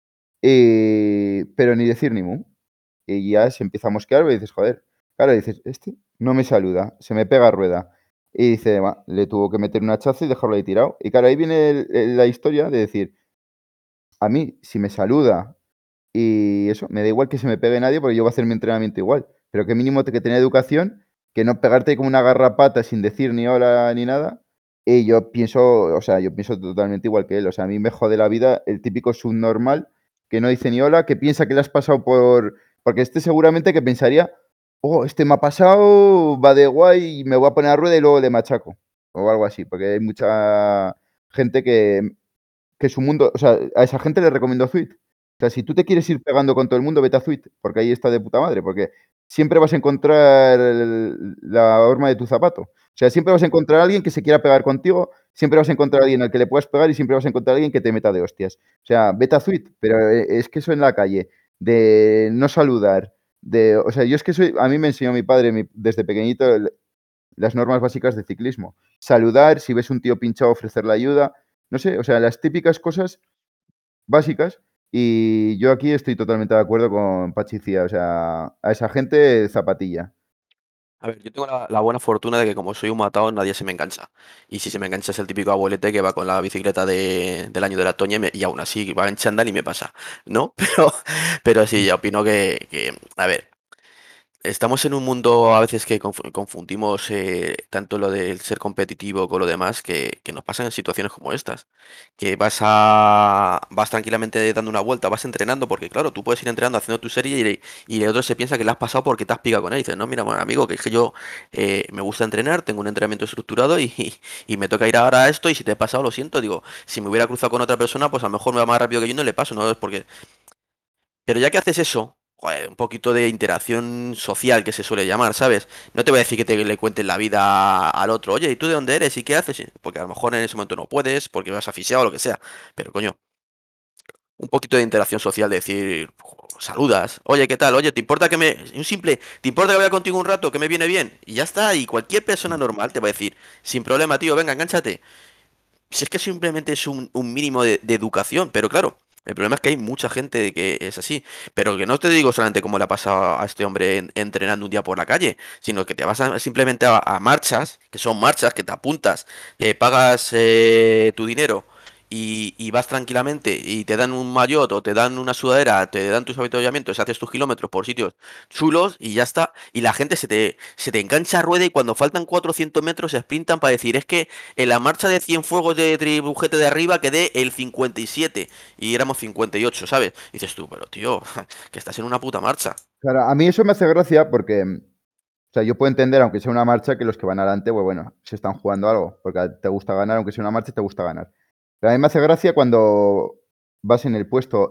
pero ni decir ni mu. Y ya se empieza a mosquear y dices, joder, claro, dices, este no me saluda, se me pega rueda. Y dice, le tuvo que meter un hachazo y dejarlo ahí tirado. Y claro, ahí viene la historia de decir, a mí, si me saluda y eso, me da igual que se me pegue nadie porque yo voy a hacer mi entrenamiento igual. Pero que mínimo que tener educación, que no pegarte como una garrapata sin decir ni hola ni nada. Y yo pienso totalmente igual que él. O sea, a mí me jode la vida el típico subnormal que no dice ni hola, que piensa que le has pasado por. Porque este seguramente que pensaría, oh, este me ha pasado, va de guay y me voy a poner a rueda y luego le machaco. O algo así, porque hay mucha gente que su mundo, o sea, a esa gente le recomiendo Zuit. O sea, si tú te quieres ir pegando con todo el mundo, vete a Zuit, porque ahí está de puta madre, porque siempre vas a encontrar la horma de tu zapato. O sea, siempre vas a encontrar a alguien que se quiera pegar contigo, siempre vas a encontrar a alguien al que le puedas pegar y siempre vas a encontrar a alguien que te meta de hostias. O sea, vete a Zuit, pero es que eso en la calle, de no saludar, o sea, yo es que a mí me enseñó mi padre desde pequeñito las normas básicas de ciclismo. Saludar, si ves un tío pinchado, ofrecerle ayuda. No sé, o sea, las típicas cosas básicas. Y yo aquí estoy totalmente de acuerdo con Pachi Cía. O sea, a esa gente zapatilla. A ver, yo tengo la buena fortuna de que como soy un matado, nadie se me engancha. Y si se me engancha es el típico abuelete que va con la bicicleta del año de la Toña y aún así va en chándal y me pasa, ¿no? Pero sí, ya opino a ver, estamos en un mundo a veces que confundimos tanto lo del ser competitivo con lo demás que nos pasan en situaciones como estas. Que vas tranquilamente dando una vuelta, vas entrenando, porque claro, tú puedes ir entrenando haciendo tu serie y el otro se piensa que la has pasado porque te has picado con él. Y dices, no, mira, bueno, amigo, que es que yo me gusta entrenar, tengo un entrenamiento estructurado y me toca ir ahora a esto y si te he pasado, lo siento. Digo, si me hubiera cruzado con otra persona, pues a lo mejor me va más rápido que yo y no le paso, ¿no? Es porque pero ya que haces eso, joder, un poquito de interacción social que se suele llamar, ¿sabes? No te voy a decir que te le cuentes la vida al otro, oye, ¿y tú de dónde eres? ¿Y qué haces? Porque a lo mejor en ese momento no puedes, porque vas asfixiado o lo que sea. Pero coño, un poquito de interacción social, de decir, saludas, oye, ¿qué tal? Oye, ¿te importa que me... Un simple, ¿te importa que vaya contigo un rato, que me viene bien? Y ya está, y cualquier persona normal te va a decir, sin problema, tío, venga, engánchate. Si es que simplemente es un mínimo de educación, pero claro, el problema es que hay mucha gente que es así. Pero que no te digo solamente cómo le ha pasado a este hombre entrenando un día por la calle, sino que te vas simplemente a marchas, que son marchas, que te apuntas, pagas tu dinero y vas tranquilamente y te dan un maillot o te dan una sudadera, te dan tus avituallamientos, haces tus kilómetros por sitios chulos y ya está. Y la gente se te engancha a rueda y cuando faltan 400 metros se sprintan para decir, es que en la marcha de Cienfuegos de Tribujete de arriba quedé el 57 y éramos 58, ¿sabes? Y dices tú, pero tío, que estás en una puta marcha. Claro, a mí eso me hace gracia porque, o sea, yo puedo entender, aunque sea una marcha, que los que van adelante, pues bueno, se están jugando algo, porque te gusta ganar, aunque sea una marcha, te gusta ganar. Pero a mí me hace gracia cuando vas en el puesto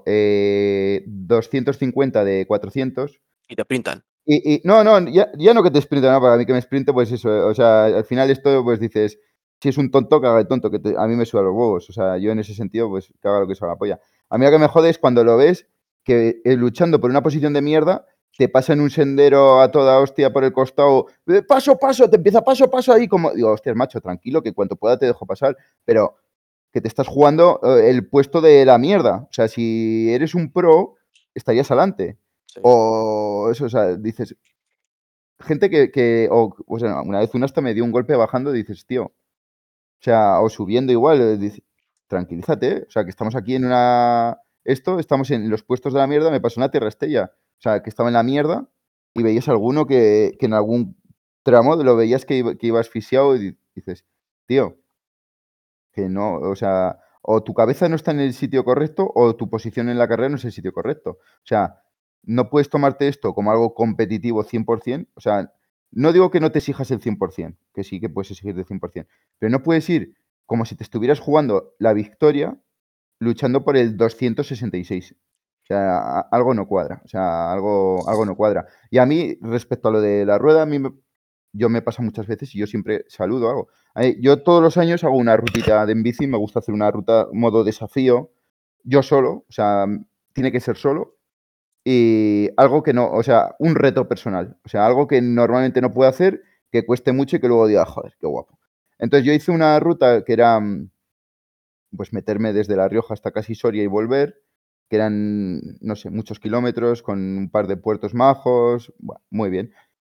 250 de 400 Y te sprintan. no, no, ya no que te sprinte, no, para mí que me sprinte, pues eso, o sea, al final esto, pues dices, si es un tonto, que haga el tonto, a mí me suda los huevos, o sea, yo en ese sentido, pues que haga lo que se la polla. A mí lo que me jode es cuando lo ves que luchando por una posición de mierda, te pasa en un sendero a toda hostia por el costado, paso, paso, te empieza paso, paso ahí, como, digo, hostia, macho, tranquilo, que cuanto pueda te dejo pasar, pero que te estás jugando el puesto de la mierda, o sea, si eres un pro, estarías adelante. Sí. O eso, o sea, dices, gente o sea, una vez una hasta me dio un golpe bajando y dices, tío, o sea, o subiendo igual, tranquilízate, o sea, que estamos aquí en estamos en los puestos de la mierda, me pasó una Tierra Estella, o sea, que estaba en la mierda y veías alguno que en algún tramo lo veías que iba asfixiado y dices, tío, que no, o sea, o tu cabeza no está en el sitio correcto o tu posición en la carrera no es el sitio correcto. O sea, no puedes tomarte esto como algo competitivo 100%. O sea, no digo que no te exijas el 100%, que sí que puedes exigir el 100%, pero no puedes ir como si te estuvieras jugando la victoria luchando por el 266. O sea, algo no cuadra. O sea, algo no cuadra. Y a mí, respecto a lo de la rueda, yo me pasa muchas veces y yo siempre saludo, hago. Yo todos los años hago una rutita de en bici, me gusta hacer una ruta modo desafío, yo solo, o sea, tiene que ser solo. Y algo que no, o sea, un reto personal. O sea, algo que normalmente no puedo hacer, que cueste mucho y que luego diga, joder, qué guapo. Entonces yo hice una ruta que era pues meterme desde La Rioja hasta casi Soria y volver, que eran, no sé, muchos kilómetros con un par de puertos majos, bueno, muy bien.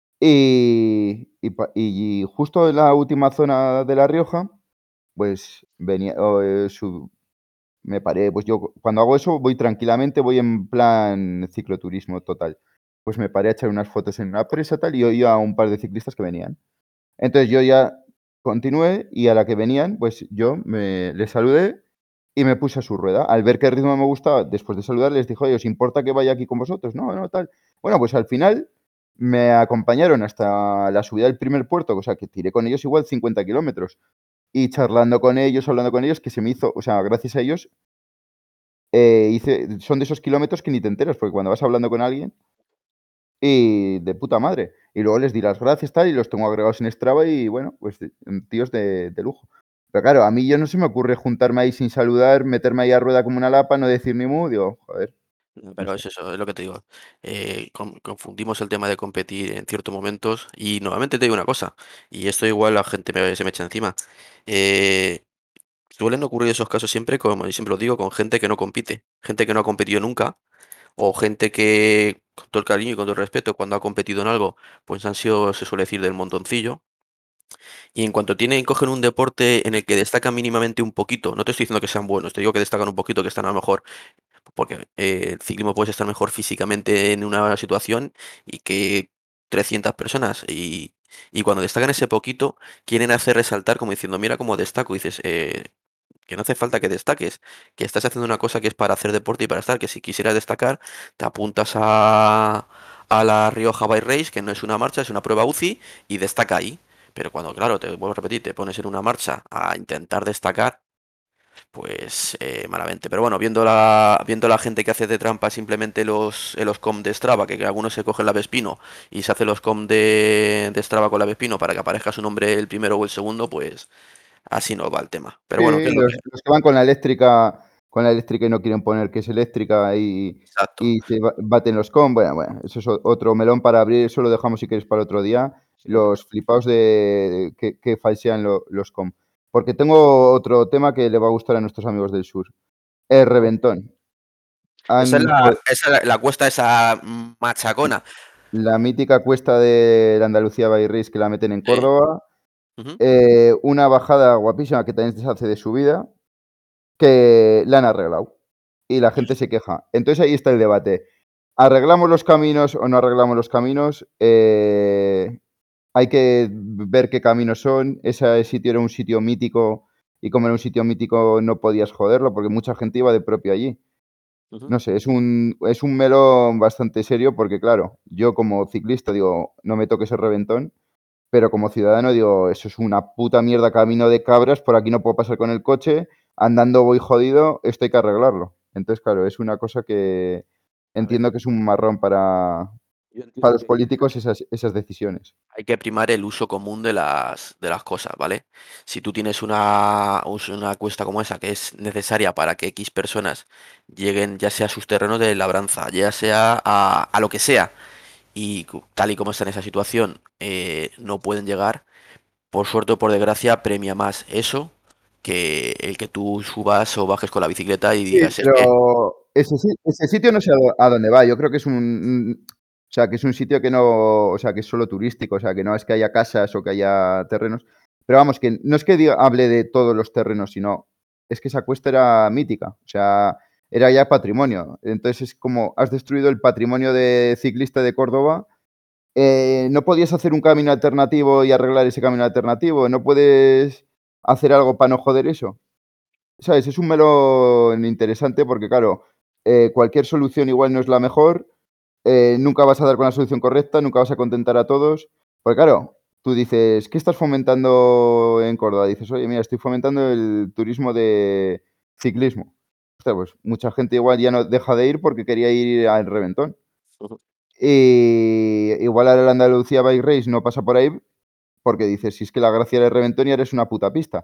Y justo en la última zona de La Rioja, pues venía, me paré, pues yo cuando hago eso voy tranquilamente, voy en plan cicloturismo total. Pues me paré a echar unas fotos en una presa tal y oía a un par de ciclistas que venían. Entonces yo ya continué y a la que venían, pues yo les saludé y me puse a su rueda. Al ver que el ritmo me gustaba, después de saludar, les dije, oye, ¿os importa que vaya aquí con vosotros? No, no, tal. Bueno, pues al final me acompañaron hasta la subida del primer puerto, o sea, que tiré con ellos igual 50 kilómetros. Y charlando con ellos, hablando con ellos, que se me hizo, o sea, gracias a ellos, son de esos kilómetros que ni te enteras, porque cuando vas hablando con alguien, y de puta madre. Y luego les di las gracias, tal, y los tengo agregados en Strava y bueno, pues tíos de lujo. Pero claro, a mí yo no se me ocurre juntarme ahí sin saludar, meterme ahí a rueda como una lapa, no decir ni mu, digo, joder, no Pero sé. es eso, es lo que te digo. Confundimos el tema de competir en ciertos momentos y nuevamente te digo una cosa, y esto igual la gente se me echa encima. eh, Suelen ocurrir esos casos siempre, como yo siempre lo digo, con gente que no compite, gente que no ha competido nunca o gente que, con todo el cariño y con todo el respeto, cuando ha competido en algo, pues han sido, se suele decir, del montoncillo. Y en cuanto cogen un deporte en el que destacan mínimamente un poquito, no te estoy diciendo que sean buenos, te digo que destacan un poquito, que están a lo mejor, porque el ciclismo puedes estar mejor físicamente en una situación y que 300 personas. Y cuando destacan ese poquito, quieren hacer resaltar como diciendo, mira cómo destaco. Y dices, que no hace falta que destaques, que estás haciendo una cosa que es para hacer deporte y para estar, que si quisieras destacar, te apuntas a la Rioja Bike Race, que no es una marcha, es una prueba UCI, y destaca ahí. Pero cuando, claro, te vuelvo a repetir, te pones en una marcha a intentar destacar, pues malamente. Pero bueno, viendo la gente que hace de trampa simplemente los com de Strava, que algunos se cogen la Vespino y se hace los com de Strava con la Vespino para que aparezca su nombre el primero o el segundo, pues así no va el tema. Pero bueno, ¿qué Sí, es lo que? los que van con la eléctrica y no quieren poner que es eléctrica Exacto. y se baten los con, bueno, eso es otro melón para abrir, eso lo dejamos si queréis para otro día, Ujú. los flipados de que falsean los com. Porque tengo otro tema que le va a gustar a nuestros amigos del sur, el reventón. Esa es Han la, jo esa es la cuesta esa machacona. la mítica cuesta de la Andalucía Bike Race que la meten en Sí. Córdoba, Ujú. una bajada guapísima que también se hace de subida, que la han arreglado y la gente Dios. se queja. Entonces ahí está el debate. ¿Arreglamos los caminos o no arreglamos los caminos? Hay que ver qué caminos son. Ese sitio era un sitio mítico y como era un sitio mítico no podías joderlo porque mucha gente iba de propio allí. Ujú. No sé, es un melón bastante serio porque, claro, yo como ciclista digo, no me toques el reventón, pero como ciudadano digo, eso es una puta mierda camino de cabras, por aquí no puedo pasar con el coche, andando voy jodido, esto hay que arreglarlo. Entonces, claro, es una cosa que A ver, entiendo que es un marrón yo para entiendo los que políticos esas decisiones. hay que primar el uso común de las cosas, ¿vale? Si tú tienes una cuesta como esa que es necesaria para que X personas lleguen ya sea a sus terrenos de labranza, ya sea a lo que sea, y tal y como está en esa situación, no pueden llegar, por suerte o por desgracia, premia más eso que el que tú subas o bajes con la bicicleta y Sí, digas, es que, pero ese sitio no sé a dónde va. Yo creo que es o sea, que es un sitio que no, o sea, que es solo turístico, o sea, que no es que haya casas o que haya terrenos. Pero vamos, que no es que hable de todos los terrenos, sino es que esa cuesta era mítica, o sea, era ya patrimonio. Entonces es como has destruido el patrimonio de ciclista de Córdoba. No podías hacer un camino alternativo y arreglar ese camino alternativo. No puedes hacer algo para no joder eso. ¿Sabes? Es un melón interesante porque, claro, cualquier solución igual no es la mejor, nunca vas a dar con la solución correcta, nunca vas a contentar a todos. Porque, claro, tú dices, ¿qué estás fomentando en Córdoba? Dices, oye, mira, estoy fomentando el turismo de ciclismo. Ostras, pues mucha gente igual ya no deja de ir porque quería ir al reventón. ujú, Y igual ahora la Andalucía Bike Race no pasa por ahí porque dices, si es que la gracia del reventón ya eres una puta pista.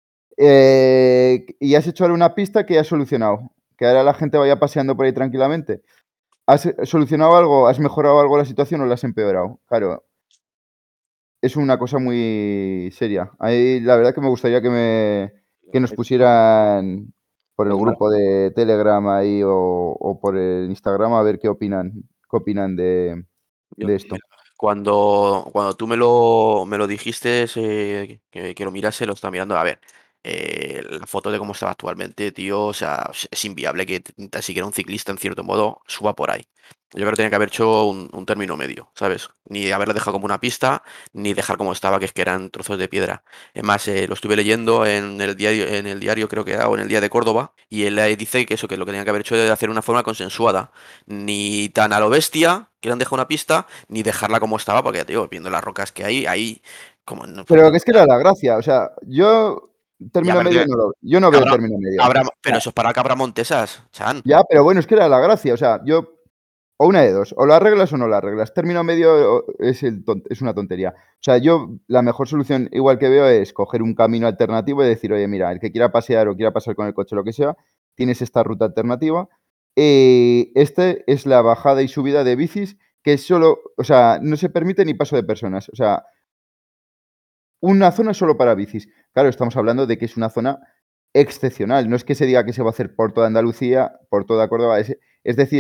Y has hecho ahora una pista que has solucionado. Que ahora la gente vaya paseando por ahí tranquilamente. ¿Has solucionado algo? ¿Has mejorado algo la situación o la has empeorado? Claro, es una cosa muy seria. Ahí la verdad que me gustaría que nos pusieran por el el mar- grupo de Telegram ahí o por el Instagram a ver qué opinan de esto. Mira, cuando tú me lo dijiste, que lo mirase, lo estaba mirando. A ver, la foto de cómo estaba actualmente, tío, o sea, es inviable que tan siquiera un ciclista, en cierto modo, suba por ahí. Yo creo que tenía que haber hecho un término medio, ¿sabes? Ni haberla dejado como una pista, ni dejar como estaba, que es que eran trozos de piedra. Es más, lo estuve leyendo en el diario creo que era, o en el Día de Córdoba, y él dice que eso, que lo que tenía que haber hecho es de hacer una forma consensuada, ni tan a lo bestia, que le han dejado una pista, ni dejarla como estaba, porque, tío, viendo las rocas que hay, ahí, como no, pues Pero no. que es que era la gracia. O sea, Ya, término pero medio yo no veo habrá, término medio. pero eso es para cabra montesas, Chan. Ya, pero bueno, es que era la gracia. O sea, o una de dos, o lo arreglas o no lo arreglas. Término medio es una tontería. O sea, yo la mejor solución, igual que veo, es coger un camino alternativo y decir, oye, mira, el que quiera pasear o quiera pasar con el coche, lo que sea, tienes esta ruta alternativa. Este es la bajada y subida de bicis que solo, o sea, no se permite ni paso de personas. O sea, una zona solo para bicis. Claro, estamos hablando de que es una zona excepcional. No es que se diga que se va a hacer por toda Andalucía, por toda Córdoba. Es decir,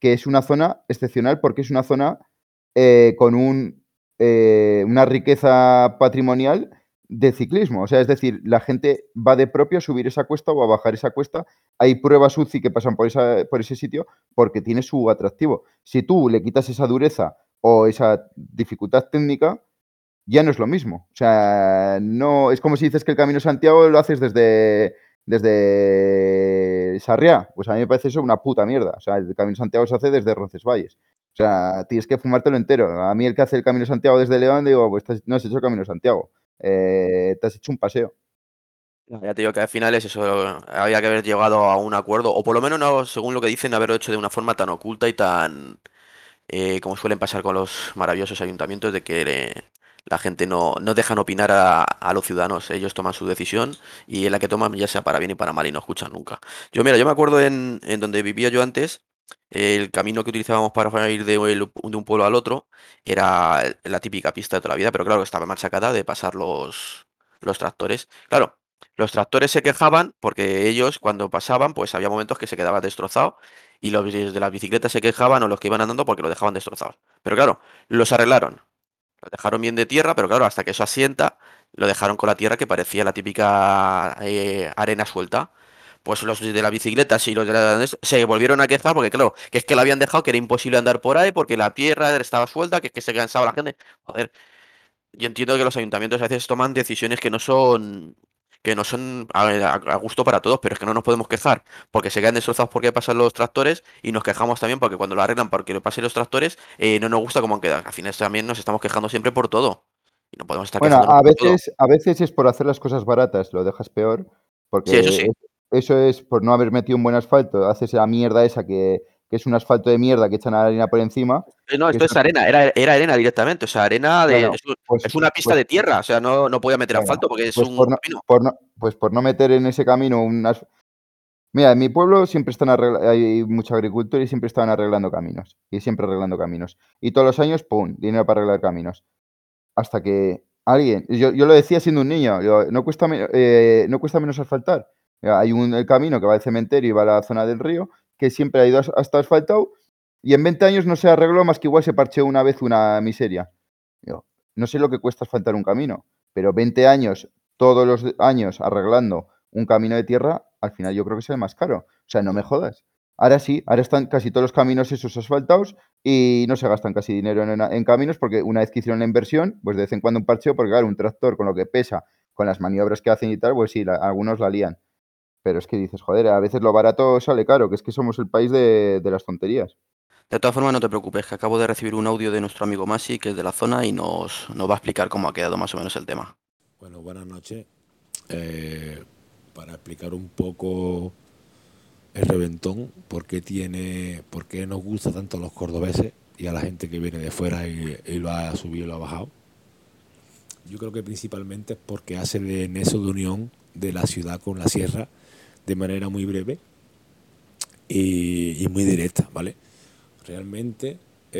que es una zona excepcional porque es una zona con una riqueza patrimonial de ciclismo. O sea, es decir, la gente va de propio a subir esa cuesta o a bajar esa cuesta. Hay pruebas UCI que pasan por ese sitio porque tiene su atractivo. Si tú le quitas esa dureza o esa dificultad técnica, ya no es lo mismo. O sea, no es como si dices que el Camino de Santiago lo haces desde Sarriá. Pues a mí me parece eso una puta mierda. O sea, el Camino de Santiago se hace desde Roncesvalles. O sea, tienes que fumártelo entero. A mí el que hace el Camino de Santiago desde León, digo, pues no has hecho el Camino de Santiago. Te has hecho un paseo. Ya te digo que al final es eso, había que haber llegado a un acuerdo, o por lo menos no, según lo que dicen, haberlo hecho de una forma tan oculta y tan, como suelen pasar con los maravillosos ayuntamientos, de que la gente no dejan opinar a los ciudadanos. Ellos toman su decisión y en la que toman ya sea para bien y para mal y no escuchan nunca. Mira, yo me acuerdo en donde vivía yo antes, el camino que utilizábamos para ir de un pueblo al otro era la típica pista de toda la vida, pero claro, estaba machacada de pasar los tractores. Claro, los tractores se quejaban porque ellos cuando pasaban, pues había momentos que se quedaba destrozado y los de las bicicletas se quejaban o los que iban andando porque lo dejaban destrozados. Pero claro, los arreglaron. Lo dejaron bien de tierra, pero claro, hasta que eso asienta, lo dejaron con la tierra que parecía la típica arena suelta. Pues los de las bicicletas y los de se volvieron a quejar porque, claro, que es que la habían dejado, que era imposible andar por ahí porque la tierra estaba suelta, que es que se cansaba la gente. Joder, yo entiendo que los ayuntamientos a veces toman decisiones que no son a gusto para todos, pero es que no nos podemos quejar porque se quedan destrozados porque pasan los tractores y nos quejamos también porque cuando lo arreglan porque le pasen los tractores no nos gusta cómo han quedado. Al final también nos estamos quejando siempre por todo y no podemos estar Bueno, quejándonos por todo. a veces es por hacer las cosas baratas, lo dejas peor, Sí, eso porque sí. eso es por no haber metido un buen asfalto, haces la mierda esa que es un asfalto de mierda que echan arena por encima, No, que esto es es arena, era arena directamente, o sea, arena de, bueno, pues, es una pista pues, de tierra, o sea, no podía meter bueno, asfalto porque es pues un camino. por no meter en ese camino unas. Mira, en mi pueblo siempre hay mucha agricultura y siempre estaban arreglando caminos, y siempre arreglando caminos. Y todos los años, ¡pum!, dinero para arreglar caminos. Hasta que alguien, yo lo decía siendo un niño, digo, no cuesta menos asfaltar. Hay el camino que va al cementerio y va a la zona del río, que siempre ha ido hasta asfaltado, y en 20 años no se arregló más que igual se parcheó una vez una miseria. Digo, no sé lo que cuesta asfaltar un camino, pero 20 años, todos los años arreglando un camino de tierra, al final yo creo que sale más caro. O sea, no me jodas. Ahora sí, ahora están casi todos los caminos esos asfaltados y no se gastan casi dinero en caminos porque una vez que hicieron la inversión, pues de vez en cuando un parcheo, porque claro, un tractor con lo que pesa, con las maniobras que hacen y tal, pues sí, algunos la lían. Pero es que dices, joder, a veces lo barato sale caro, que es que somos el país de las tonterías. De todas formas, no te preocupes, que acabo de recibir un audio de nuestro amigo Masi, que es de la zona, y nos va a explicar cómo ha quedado más o menos el tema. Bueno, buenas noches. Para explicar un poco el reventón, por qué nos gusta tanto a los cordobeses y a la gente que viene de fuera y lo ha subido y lo ha bajado. Yo creo que principalmente es porque hace de nexo de unión de la ciudad con la sierra de manera muy breve y muy directa, ¿vale? Realmente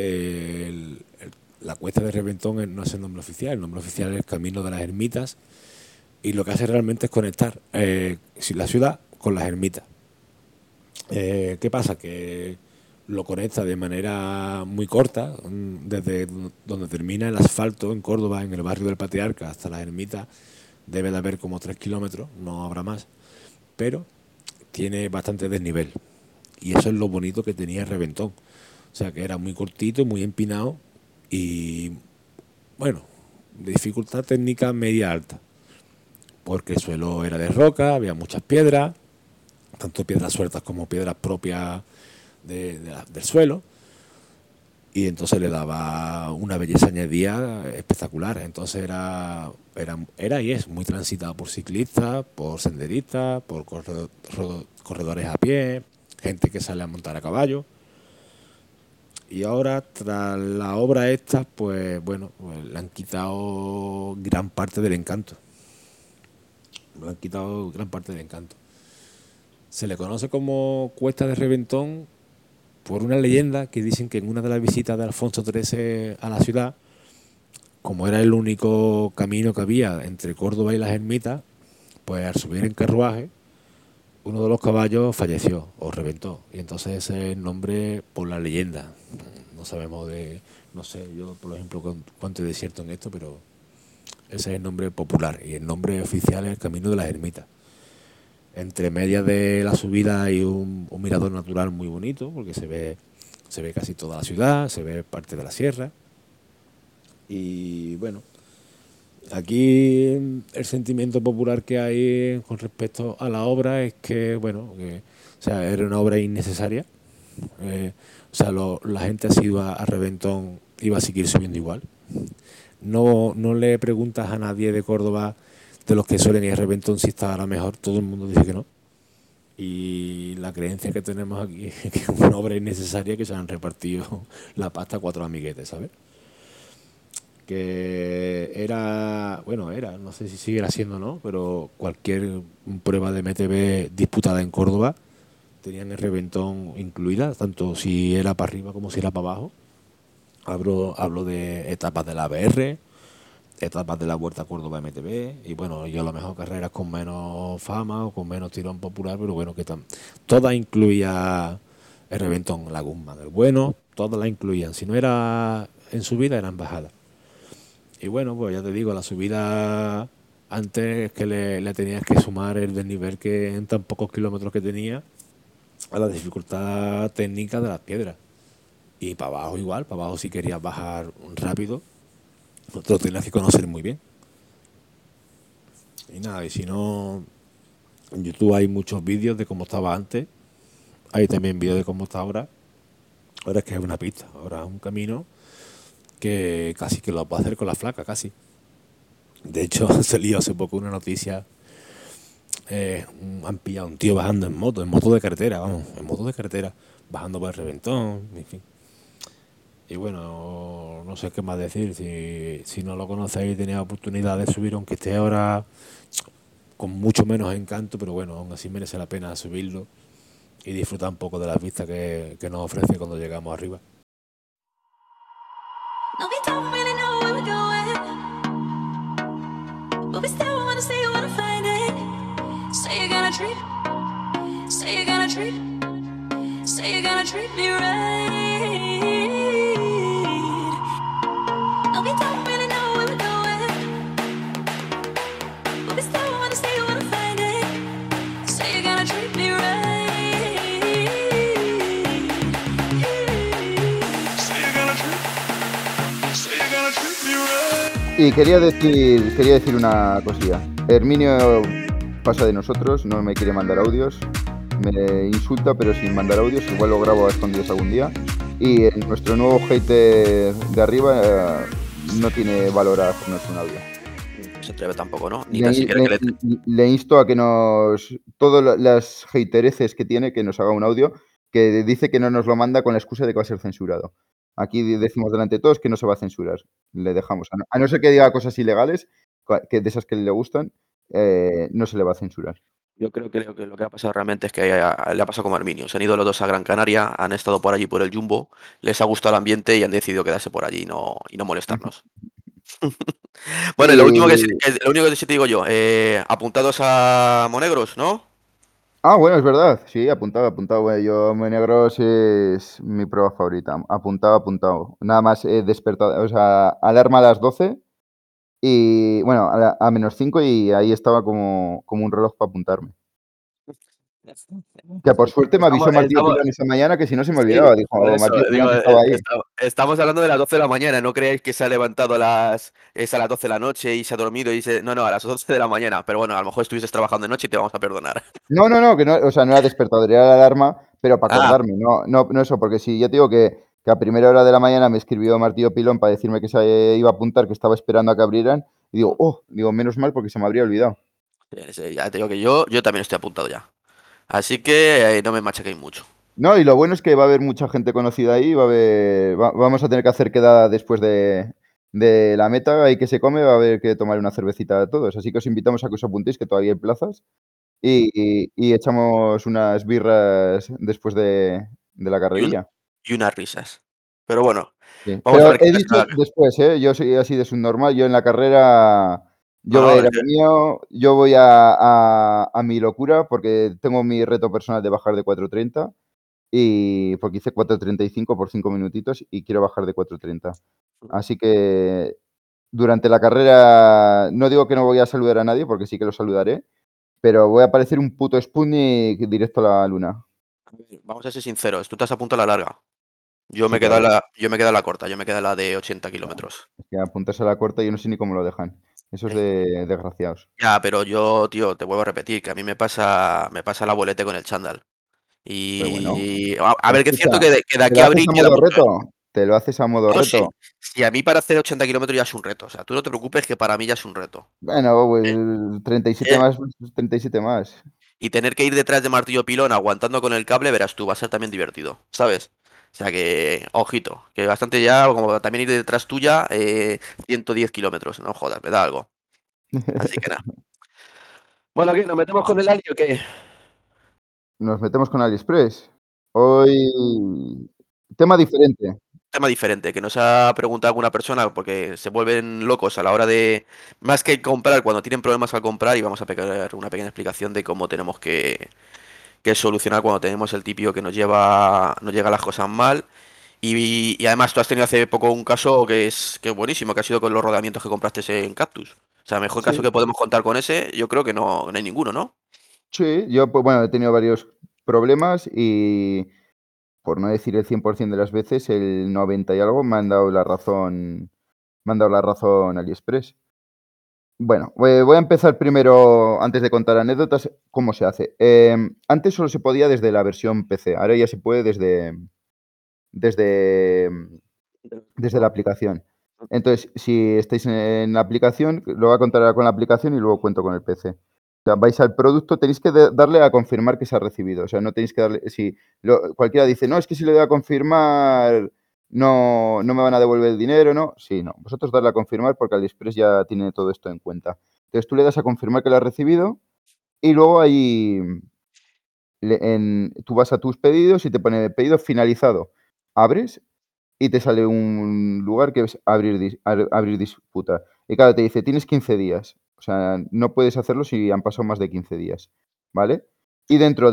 la cuesta de Reventón no es el nombre oficial es el Camino de las Ermitas y lo que hace realmente es conectar la ciudad con las ermitas. ¿Qué pasa? Que lo conecta de manera muy corta, desde donde termina el asfalto en Córdoba, en el barrio del Patriarca, hasta las ermitas, debe de haber como 3 kilómetros, no habrá más, pero tiene bastante desnivel. Y eso es lo bonito que tenía Reventón. O sea, que era muy cortito, muy empinado y, bueno, de dificultad técnica media alta. Porque el suelo era de roca, había muchas piedras, tanto piedras sueltas como piedras propias del suelo. Y entonces le daba una belleza añadida espectacular. Entonces era y es muy transitado por ciclistas, por senderistas, por corredores a pie, gente que sale a montar a caballo. Y ahora, tras la obra esta, pues bueno, pues le han quitado gran parte del encanto. Le han quitado gran parte del encanto. Se le conoce como Cuesta de Reventón por una leyenda que dicen que en una de las visitas de Alfonso XIII a la ciudad, como era el único camino que había entre Córdoba y las ermitas, pues al subir en carruaje, uno de los caballos falleció o reventó. Y entonces ese es el nombre por la leyenda. No sabemos no sé yo, por ejemplo, cuánto es cierto en esto, pero ese es el nombre popular. Y el nombre oficial es el Camino de las Ermitas. Entre medias de la subida hay un mirador natural muy bonito, porque se ve casi toda la ciudad, se ve parte de la sierra. Y bueno, aquí el sentimiento popular que hay con respecto a la obra es que, bueno, o sea, era una obra innecesaria. O sea, la gente ha ido a Reventón y va a seguir subiendo igual. No le preguntas a nadie de Córdoba, de los que suelen ir a Reventón, si está ahora mejor. Todo el mundo dice que no. Y la creencia que tenemos aquí es que es una obra innecesaria, que se han repartido la pasta a 4 amiguetes, ¿sabes? Que no sé si sigue siendo o no, pero cualquier prueba de MTB disputada en Córdoba tenían el Reventón incluida, tanto si era para arriba como si era para abajo. Hablo de etapas de la ABR, etapas de la Vuelta a Córdoba MTB, y bueno, yo a lo mejor carreras con menos fama o con menos tirón popular, pero bueno, todas incluía el Reventón, la Guzmán, el bueno, todas la incluían. Si no era en subida, eran bajadas. Y bueno, pues ya te digo, la subida antes que le tenías que sumar el desnivel que en tan pocos kilómetros que tenía a la dificultad técnica de las piedras. Y para abajo igual, para abajo si querías bajar rápido, te lo tenías que conocer muy bien. Y nada, y si no, en YouTube hay muchos vídeos de cómo estaba antes, hay también vídeos de cómo está ahora. Ahora es que es una pista, ahora es un camino que casi que lo puedo hacer con la flaca, casi. De hecho, salió hace poco una noticia, han pillado a un tío bajando en moto de carretera, bajando por el Reventón, en fin. Y bueno, no sé qué más decir, si no lo conocéis y tenéis oportunidad de subir, aunque esté ahora con mucho menos encanto, pero bueno, aún así merece la pena subirlo y disfrutar un poco de las vistas que nos ofrece cuando llegamos arriba. No, we don't really know where we're going, but we still wanna see you, wanna find it. Say you're gonna treat me right. No, we don't really know where we're going, but we still wanna see you, wanna find it. Say you're gonna treat me right. Say you're gonna treat me right. Y quería decir una cosilla. Herminio pasa de nosotros, no me quiere mandar audios, me insulta, pero sin mandar audios, igual lo grabo a escondidos algún día. Y nuestro nuevo hater de arriba no tiene valor a hacernos un audio. No se atreve tampoco, ¿no? Ni tan siquiera que le insto a que todas las hatereces que tiene, que nos haga un audio, que dice que no nos lo manda con la excusa de que va a ser censurado. Aquí decimos delante de todos que no se va a censurar. Le dejamos. A no ser que diga cosas ilegales, que de esas que le gustan, no se le va a censurar. Yo creo que lo que ha pasado realmente es que le ha pasado como a Herminio. Se han ido los dos a Gran Canaria, han estado por allí por el Jumbo, les ha gustado el ambiente y han decidido quedarse por allí y no molestarnos. Bueno, y lo único que sí te digo yo, apuntados a Monegros, ¿no? Ah, bueno, es verdad. Sí, apuntado. Bueno, yo Monegros es mi prueba favorita. Apuntado. Nada más despertado, o sea, alarma a las 12 y, bueno, a menos 5 y ahí estaba como un reloj para apuntarme. Que por suerte me avisó Martín Pilón esa mañana, que si no se me olvidaba. Dijo, Martín Pilón que estaba ahí. Estamos hablando de las 12 de la mañana, no creáis que se ha levantado es a las 12 de la noche y se ha dormido y no, a las 12 de la mañana, pero bueno, a lo mejor estuvieses trabajando de noche y te vamos a perdonar. No, que no, o sea, no era despertador, era la alarma, pero para acordarme, no eso, porque si ya te digo que a primera hora de la mañana me escribió Martín Pilón para decirme que se iba a apuntar, que estaba esperando a que abrieran, y digo, menos mal porque se me habría olvidado. Ya te digo que yo también estoy apuntado ya. Así que no me machaquéis mucho. No, y lo bueno es que va a haber mucha gente conocida ahí, vamos a tener que hacer quedada después de la meta, ahí que se come, va a haber que tomar una cervecita a todos, así que os invitamos a que os apuntéis, que todavía hay plazas, y echamos unas birras después de la carrerilla. Y unas risas. Pero bueno, sí. Vamos Pero a ver qué he dicho después, yo soy así de subnormal, yo en la carrera Yo No, voy a no, ir es a que lo mío, yo voy a mi locura porque tengo mi reto personal de bajar de 4:30 y porque hice 4:35 por 5 minutitos y quiero bajar de 4:30. Así que durante la carrera no digo que no voy a saludar a nadie porque sí que lo saludaré, pero voy a parecer un puto Sputnik directo a la luna. vamos a ser sinceros, tú te has apuntado a la larga. Sí, claro. Yo me quedo a la corta, yo me quedo a la de 80 Ya. kilómetros. Es que apuntarse a la corta yo no sé ni cómo lo dejan. Esos Eh, de desgraciados. Ya, pero yo, tío, te vuelvo a repetir que a mí me pasa el abuelete con el chándal. Pero bueno, Y a ver, que es escucha, cierto que de te aquí lo a haces abril a queda modo mucho, ¿eh? reto. Te lo haces a modo No, sí. reto. Si a mí para hacer 80 kilómetros ya es un reto. O sea, tú no te preocupes que para mí ya es un reto. Bueno, pues Eh, 37 eh, más, pues 37 más. Y tener que ir detrás de martillo pilón aguantando con el cable, verás tú, va a ser también divertido, ¿sabes? O sea que, ojito, que bastante ya, como también ir detrás tuya, 110 kilómetros, no jodas, me da algo. Así que nada. Bueno, ¿qué? ¿Nos metemos con el alio o qué? Nos metemos con AliExpress. Hoy, tema diferente. Tema diferente, que nos ha preguntado alguna persona, porque se vuelven locos a la hora de, más que comprar, cuando tienen problemas al comprar, y vamos a pegar una pequeña explicación de cómo tenemos que solucionar cuando tenemos el típico que nos llega las cosas mal. Y además tú has tenido hace poco un caso que es buenísimo, que ha sido con los rodamientos que compraste en Cactus. O sea, mejor caso Sí, que podemos contar con ese, yo creo que no hay ninguno, ¿no? sí, yo, pues bueno, he tenido varios problemas y por no decir el 100% de las veces, el 90 y algo me han dado la razón AliExpress. Bueno, voy a empezar primero, antes de contar anécdotas, cómo se hace. Antes solo se podía desde la versión PC, ahora ya se puede desde, desde la aplicación. Entonces, si estáis en la aplicación, lo voy a contar ahora con la aplicación y luego cuento con el PC. O sea, vais al producto, tenéis que darle a confirmar que se ha recibido. O sea, no tenéis que darle. Si cualquiera dice, no, es que si le doy a confirmar, no me van a devolver el dinero, ¿no? Sí, no. Vosotros darle a confirmar porque AliExpress ya tiene todo esto en cuenta. Entonces tú le das a confirmar que lo has recibido y luego ahí tú vas a tus pedidos y te pone pedido finalizado. Abres y te sale un lugar que es abrir disputa. Y claro, te dice, tienes 15 días. O sea, no puedes hacerlo si han pasado más de 15 días. ¿Vale? Y dentro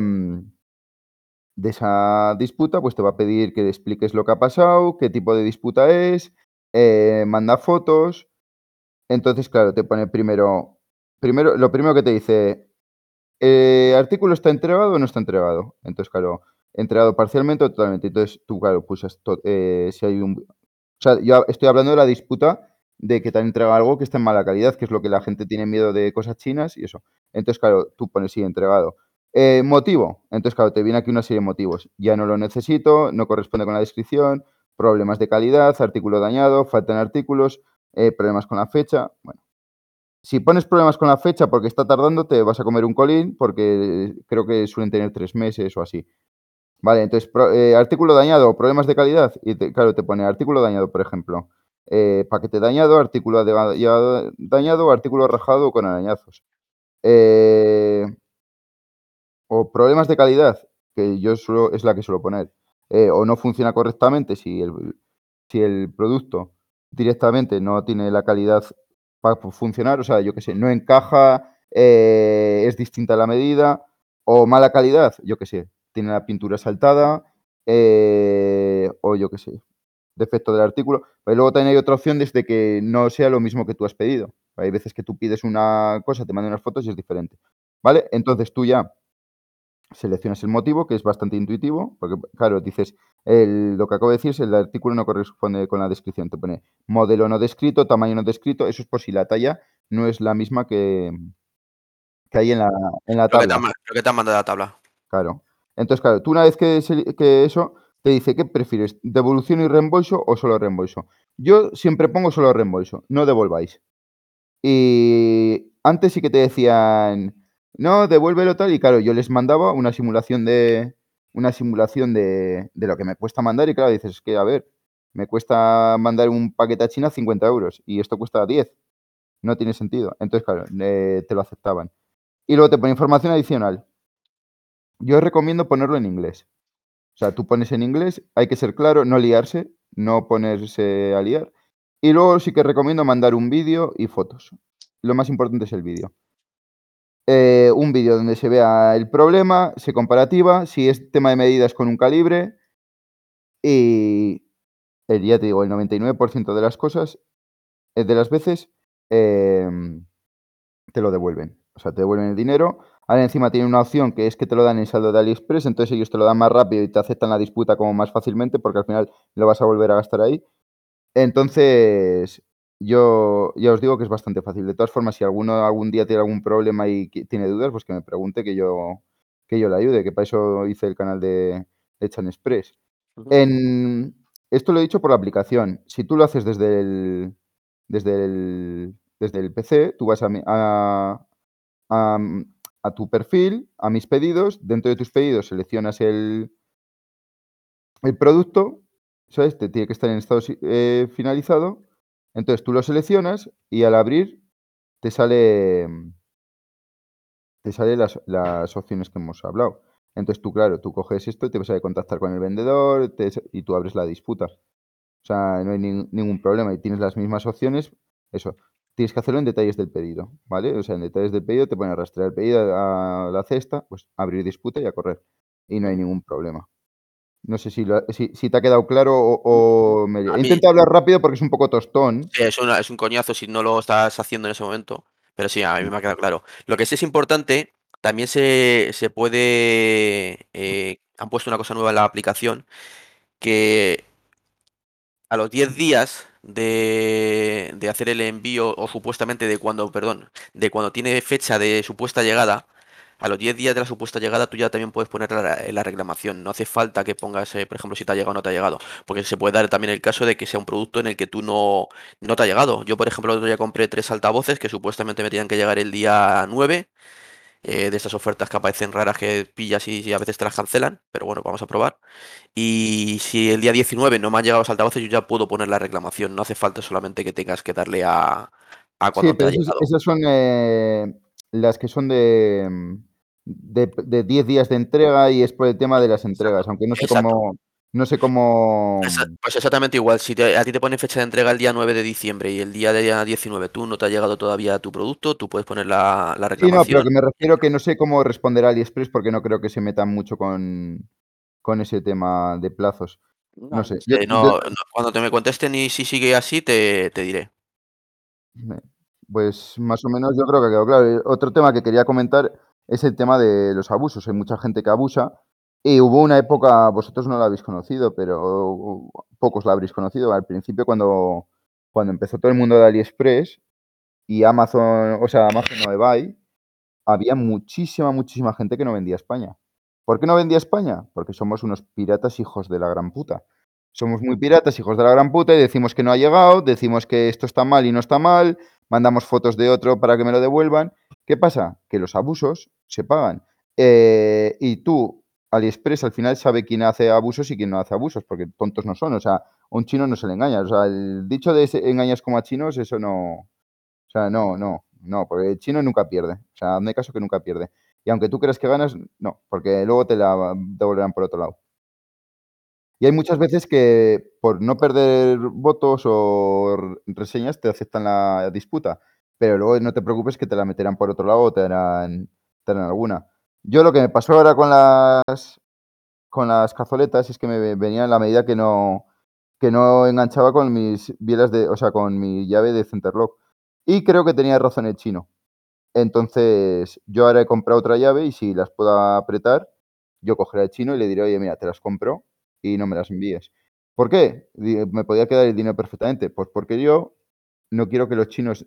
de esa disputa, pues te va a pedir que le expliques lo que ha pasado, qué tipo de disputa es, manda fotos. Entonces, claro, te pone lo primero que te dice, ¿artículo está entregado o no está entregado? Entonces, claro, entregado parcialmente o totalmente. Entonces, tú, claro, pulsas si hay un. O sea, yo estoy hablando de la disputa de que te han entregado algo que está en mala calidad, que es lo que la gente tiene miedo de cosas chinas y eso. Entonces, claro, tú pones sí, entregado. Motivo. Entonces, claro, te viene aquí una serie de motivos. Ya no lo necesito, no corresponde con la descripción, problemas de calidad, artículo dañado, faltan artículos, problemas con la fecha. Bueno, si pones problemas con la fecha porque está tardando, te vas a comer un colín porque creo que suelen tener 3 meses o así. Vale, entonces, artículo dañado o problemas de calidad. Y claro, te pone artículo dañado, por ejemplo. Paquete dañado, artículo dañado, artículo rajado o con arañazos. Eh, o problemas de calidad, que es la que suelo poner. O no funciona correctamente si el producto directamente no tiene la calidad para funcionar, o sea, yo qué sé, no encaja, es distinta a la medida, o mala calidad, yo qué sé, tiene la pintura saltada, o yo qué sé, defecto del artículo. Pero luego también hay otra opción desde que no sea lo mismo que tú has pedido. Hay veces que tú pides una cosa, te mandan unas fotos y es diferente. ¿Vale? Entonces tú ya seleccionas el motivo, que es bastante intuitivo, porque, claro, dices, lo que acabo de decir es el artículo no corresponde con la descripción. Te pone modelo no descrito, tamaño no descrito. Eso es por si la talla no es la misma que hay en la tabla. Lo que te han mandado la tabla. Claro. Entonces, claro, tú una vez que eso te dice, ¿qué prefieres? ¿Devolución y reembolso o solo reembolso? Yo siempre pongo solo reembolso, no devolváis. Y antes sí que te decían, no, devuélvelo tal, y claro, yo les mandaba una simulación de lo que me cuesta mandar, y claro, dices, es que, a ver, me cuesta mandar un paquete a China 50 euros, y esto cuesta 10, no tiene sentido. Entonces, claro, te lo aceptaban. Y luego te pone información adicional. Yo recomiendo ponerlo en inglés. O sea, tú pones en inglés, hay que ser claro, no liarse, no ponerse a liar. Y luego sí que recomiendo mandar un vídeo y fotos. lo más importante es el vídeo. Un vídeo donde se vea el problema, se comparativa, si es tema de medidas con un calibre y ya te digo, el 99% de las cosas, de las veces, te lo devuelven. O sea, te devuelven el dinero. Ahora encima tiene una opción que es que te lo dan en saldo de AliExpress, entonces ellos te lo dan más rápido y te aceptan la disputa como más fácilmente porque al final lo vas a volver a gastar ahí. Entonces, yo ya os digo que es bastante fácil. De todas formas, si alguno algún día tiene algún problema y tiene dudas, pues que me pregunte que yo le ayude, que para eso hice el canal de Chan Express. Ujú. Esto lo he dicho por la aplicación. Si tú lo haces desde el PC, tú vas a, a tu perfil, a mis pedidos, dentro de tus pedidos seleccionas el producto, ¿sabes? Te tiene que estar en estado finalizado. Entonces tú lo seleccionas y al abrir te sale, las opciones que hemos hablado. Entonces tú, claro, tú coges esto y te vas a contactar con el vendedor y tú abres la disputa. O sea, no hay ningún problema y tienes las mismas opciones. Eso, tienes que hacerlo en detalles del pedido, ¿vale? O sea, en detalles del pedido te ponen a rastrear el pedido a la cesta, pues abrir disputa y a correr. Y no hay Ujú. ningún problema. No sé si te ha quedado claro o A he mí intentado hablar rápido porque es un poco tostón. sí, es un coñazo si no lo estás haciendo en ese momento, pero sí, a mí me ha quedado claro. Lo que sí es importante, también se puede, han puesto una cosa nueva en la aplicación, que a los 10 días de hacer el envío, o supuestamente de cuando, perdón, de cuando tiene fecha de supuesta llegada, a los 10 días de la supuesta llegada tú ya también puedes poner la reclamación. No hace falta que pongas, por ejemplo, si te ha llegado o no te ha llegado, porque se puede dar también el caso de que sea un producto en el que tú no te ha llegado. Yo, por ejemplo, el otro día compré 3 altavoces que supuestamente me tenían que llegar el día 9, de estas ofertas que aparecen raras que pillas y a veces te las cancelan, pero bueno, vamos a probar. Y si el día 19 no me han llegado los altavoces, yo ya puedo poner la reclamación. No hace falta solamente que tengas que darle a Sí, cuando te pero ha esas, llegado. esas son las que son de 10 días de entrega y es por el tema de las Exacto. entregas, aunque no sé Exacto. cómo, no sé cómo. Pues exactamente igual. Si a ti te pone fecha de entrega el día 9 de diciembre y el día 19 tú no te ha llegado todavía tu producto, tú puedes poner la Sí, no, pero reclamación. que me refiero que no sé cómo responder a AliExpress porque no creo que se metan mucho con ese tema de plazos. No No, sé. Yo, cuando te me contesten y si sigue así, te diré. Pues más o menos yo creo que ha quedado claro. Otro tema que quería comentar es el tema de los abusos. Hay mucha gente que abusa y hubo una época, vosotros no la habéis conocido, pero pocos la habréis conocido. Al principio cuando empezó todo el mundo de AliExpress y Amazon, o sea, Amazon no eBay, había muchísima gente que no vendía a España. ¿Por qué no vendía a España? Porque somos unos piratas hijos de la gran puta. Somos muy piratas hijos de la gran puta y decimos que no ha llegado, decimos que esto está mal y no está mal, mandamos fotos de otro para que me lo devuelvan. ¿Qué pasa? Que los abusos se pagan. Y tú, AliExpress, al final sabe quién hace abusos y quién no hace abusos, porque tontos no son. O sea, a un chino no se le engaña. O sea, el dicho de engañas como a chinos, eso no, o sea, no, porque el chino nunca pierde. O sea, hazme caso que nunca pierde. Y aunque tú creas que ganas, no, porque luego te la devolverán por otro lado. Y hay muchas veces que por no perder votos o reseñas te aceptan la disputa, pero luego no te preocupes que te la meterán por otro lado o te darán alguna. Yo lo que me pasó ahora con las cazoletas es que me venía en la medida que no enganchaba con mis bielas o sea, con mi llave de Centerlock. Y creo que tenía razón el chino. Entonces, yo ahora he comprado otra llave y si las puedo apretar, yo cogeré al chino y le diré, oye, mira, te las compro y no me las envíes. ¿Por qué? Me podía quedar el dinero perfectamente. Pues porque yo no quiero que los chinos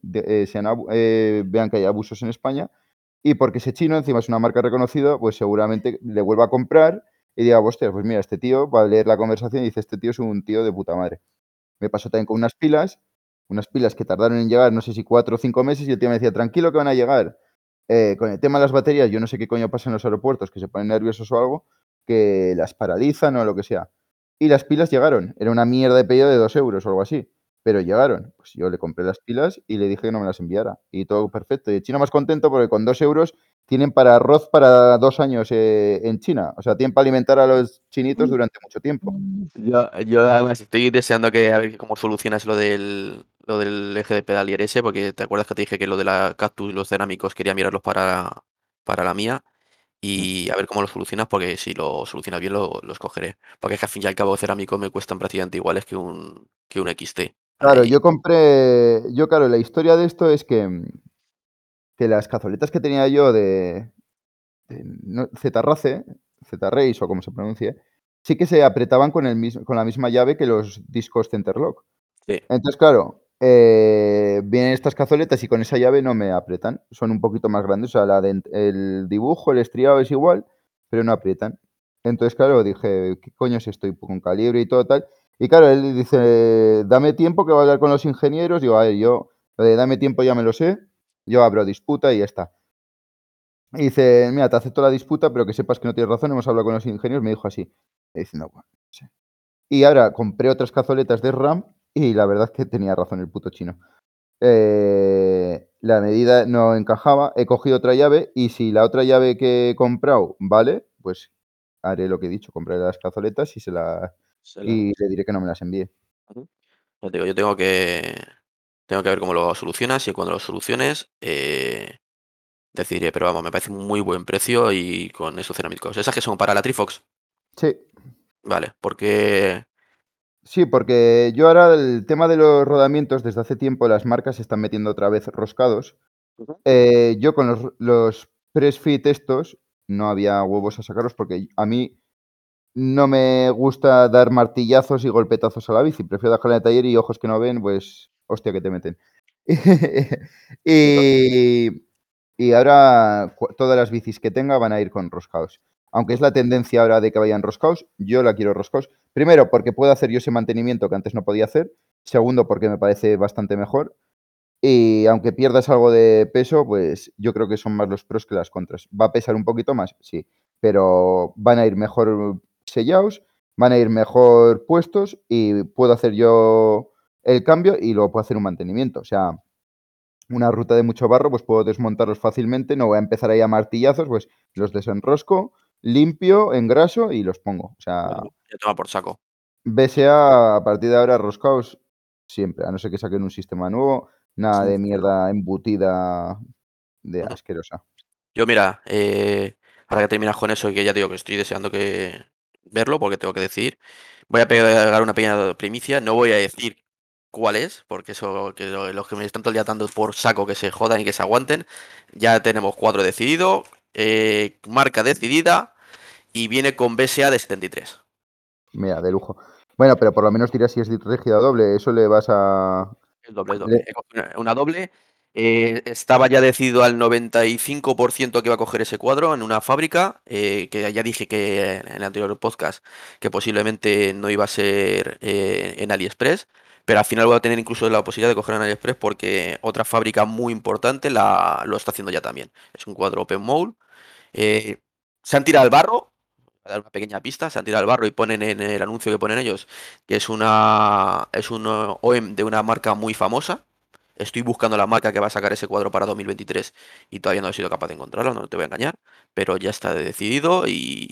vean que hay abusos en España y porque ese chino encima es una marca reconocida, pues seguramente le vuelva a comprar y diga, hostia, pues mira, este tío va a leer la conversación y dice, este tío es un tío de puta madre. Me pasó también con unas pilas que tardaron en llegar, no sé si 4 o 5 meses, y el tío me decía, tranquilo que van a llegar. Con el tema de las baterías, yo no sé qué coño pasa en los aeropuertos, que se ponen nerviosos o algo, que las paralizan o lo que sea. Y las pilas llegaron. Era una mierda de pedido de 2 euros o algo así. Pero llegaron. Pues yo le compré las pilas y le dije que no me las enviara. Y todo perfecto. Y el chino más contento porque con 2 euros tienen para arroz para 2 años en China. O sea, tienen para alimentar a los chinitos durante mucho tiempo. Yo además estoy deseando que a ver cómo solucionas lo del eje de pedalier ese, porque te acuerdas que te dije que lo de la cactus y los cerámicos quería mirarlos para la mía y a ver cómo lo solucionas, porque si lo solucionas bien lo escogeré. Porque es que al fin y al cabo cerámicos me cuestan prácticamente iguales que un XT. Claro, Ahí, claro, la historia de esto es que las cazoletas que tenía yo Z-Race, Z-Race o como se pronuncie, sí que se apretaban con la misma llave que los discos Centerlock. sí, Entonces, claro, vienen estas cazoletas y con esa llave no me aprietan. Son un poquito más grandes. O sea, el dibujo, el estriado es igual, pero no aprietan. Entonces, claro, dije, ¿qué coño es esto? Y con calibre y todo tal. Y claro, él dice, dame tiempo que voy a hablar con los ingenieros. Digo, a ver, yo, lo de dame tiempo ya me lo sé. Yo abro disputa y ya está. Y dice, mira, te acepto la disputa, pero que sepas que no tienes razón. Hemos hablado con los ingenieros. Me dijo así. Y diciendo, bueno, no sé. Y ahora compré otras cazoletas de RAM y la verdad es que tenía razón el puto chino. La medida no encajaba, he cogido otra llave y si la otra llave que he comprado vale, pues haré lo que he dicho, compraré las cazoletas y le diré que no me las envíe. Ujú. Ya te digo, yo tengo que ver cómo lo solucionas y cuando lo soluciones decidiré, pero vamos, me parece un muy buen precio y con esos cerámicos. Esas que son para la Trifox, Sí, vale, porque sí, porque yo ahora el tema de los rodamientos, desde hace tiempo las marcas se están metiendo otra vez roscados. Ujú. Yo con los press fit estos no había huevos a sacarlos porque a mí no me gusta dar martillazos y golpetazos a la bici. Prefiero dejarla en el taller y ojos que no ven, pues hostia que te meten. Y, y ahora todas las bicis que tenga van a ir con roscaos. Aunque es la tendencia ahora de que vayan roscaos, yo la quiero roscaos. Primero, porque puedo hacer yo ese mantenimiento que antes no podía hacer. Segundo, porque me parece bastante mejor. Y aunque pierdas algo de peso, pues yo creo que son más los pros que las contras. ¿Va a pesar un poquito más? Sí, pero van a ir mejor sellados, van a ir mejor puestos y puedo hacer yo el cambio y luego puedo hacer un mantenimiento. O sea, una ruta de mucho barro, pues puedo desmontarlos fácilmente, no voy a empezar ahí a martillazos, pues los desenrosco, limpio, engraso y los pongo. O sea, bueno, ya toma por saco. BSA a partir de ahora roscaos siempre, a no ser que saquen un sistema nuevo, nada Sí. de mierda embutida de Ujú. asquerosa. Yo mira, ahora que terminas con eso y que ya te digo que estoy deseando que verlo porque tengo que decir, voy a pegar una pequeña primicia, no voy a decir cuál es, porque eso, que los que me están todo el día dando por saco que se jodan y que se aguanten, ya tenemos cuatro decidido, marca decidida y viene con BSA de 73. Mira, de lujo. Bueno, pero por lo menos dirás si es rígida o doble, eso le vas a... Es doble, es doble. le- He cogido una doble. Estaba ya decidido al 95% que iba a coger ese cuadro en una fábrica, que ya dije que en el anterior podcast que posiblemente no iba a ser en AliExpress, pero al final voy a tener incluso la posibilidad de coger en AliExpress porque otra fábrica muy importante lo está haciendo ya también. Es un cuadro Open Mold. eh, Se han tirado al barro, a dar una pequeña pista, se han tirado al barro y ponen en el anuncio que ponen ellos que es un OEM de una marca muy famosa. Estoy buscando la marca que va a sacar ese cuadro para 2023 y todavía no he sido capaz de encontrarlo, no te voy a engañar, pero ya está decidido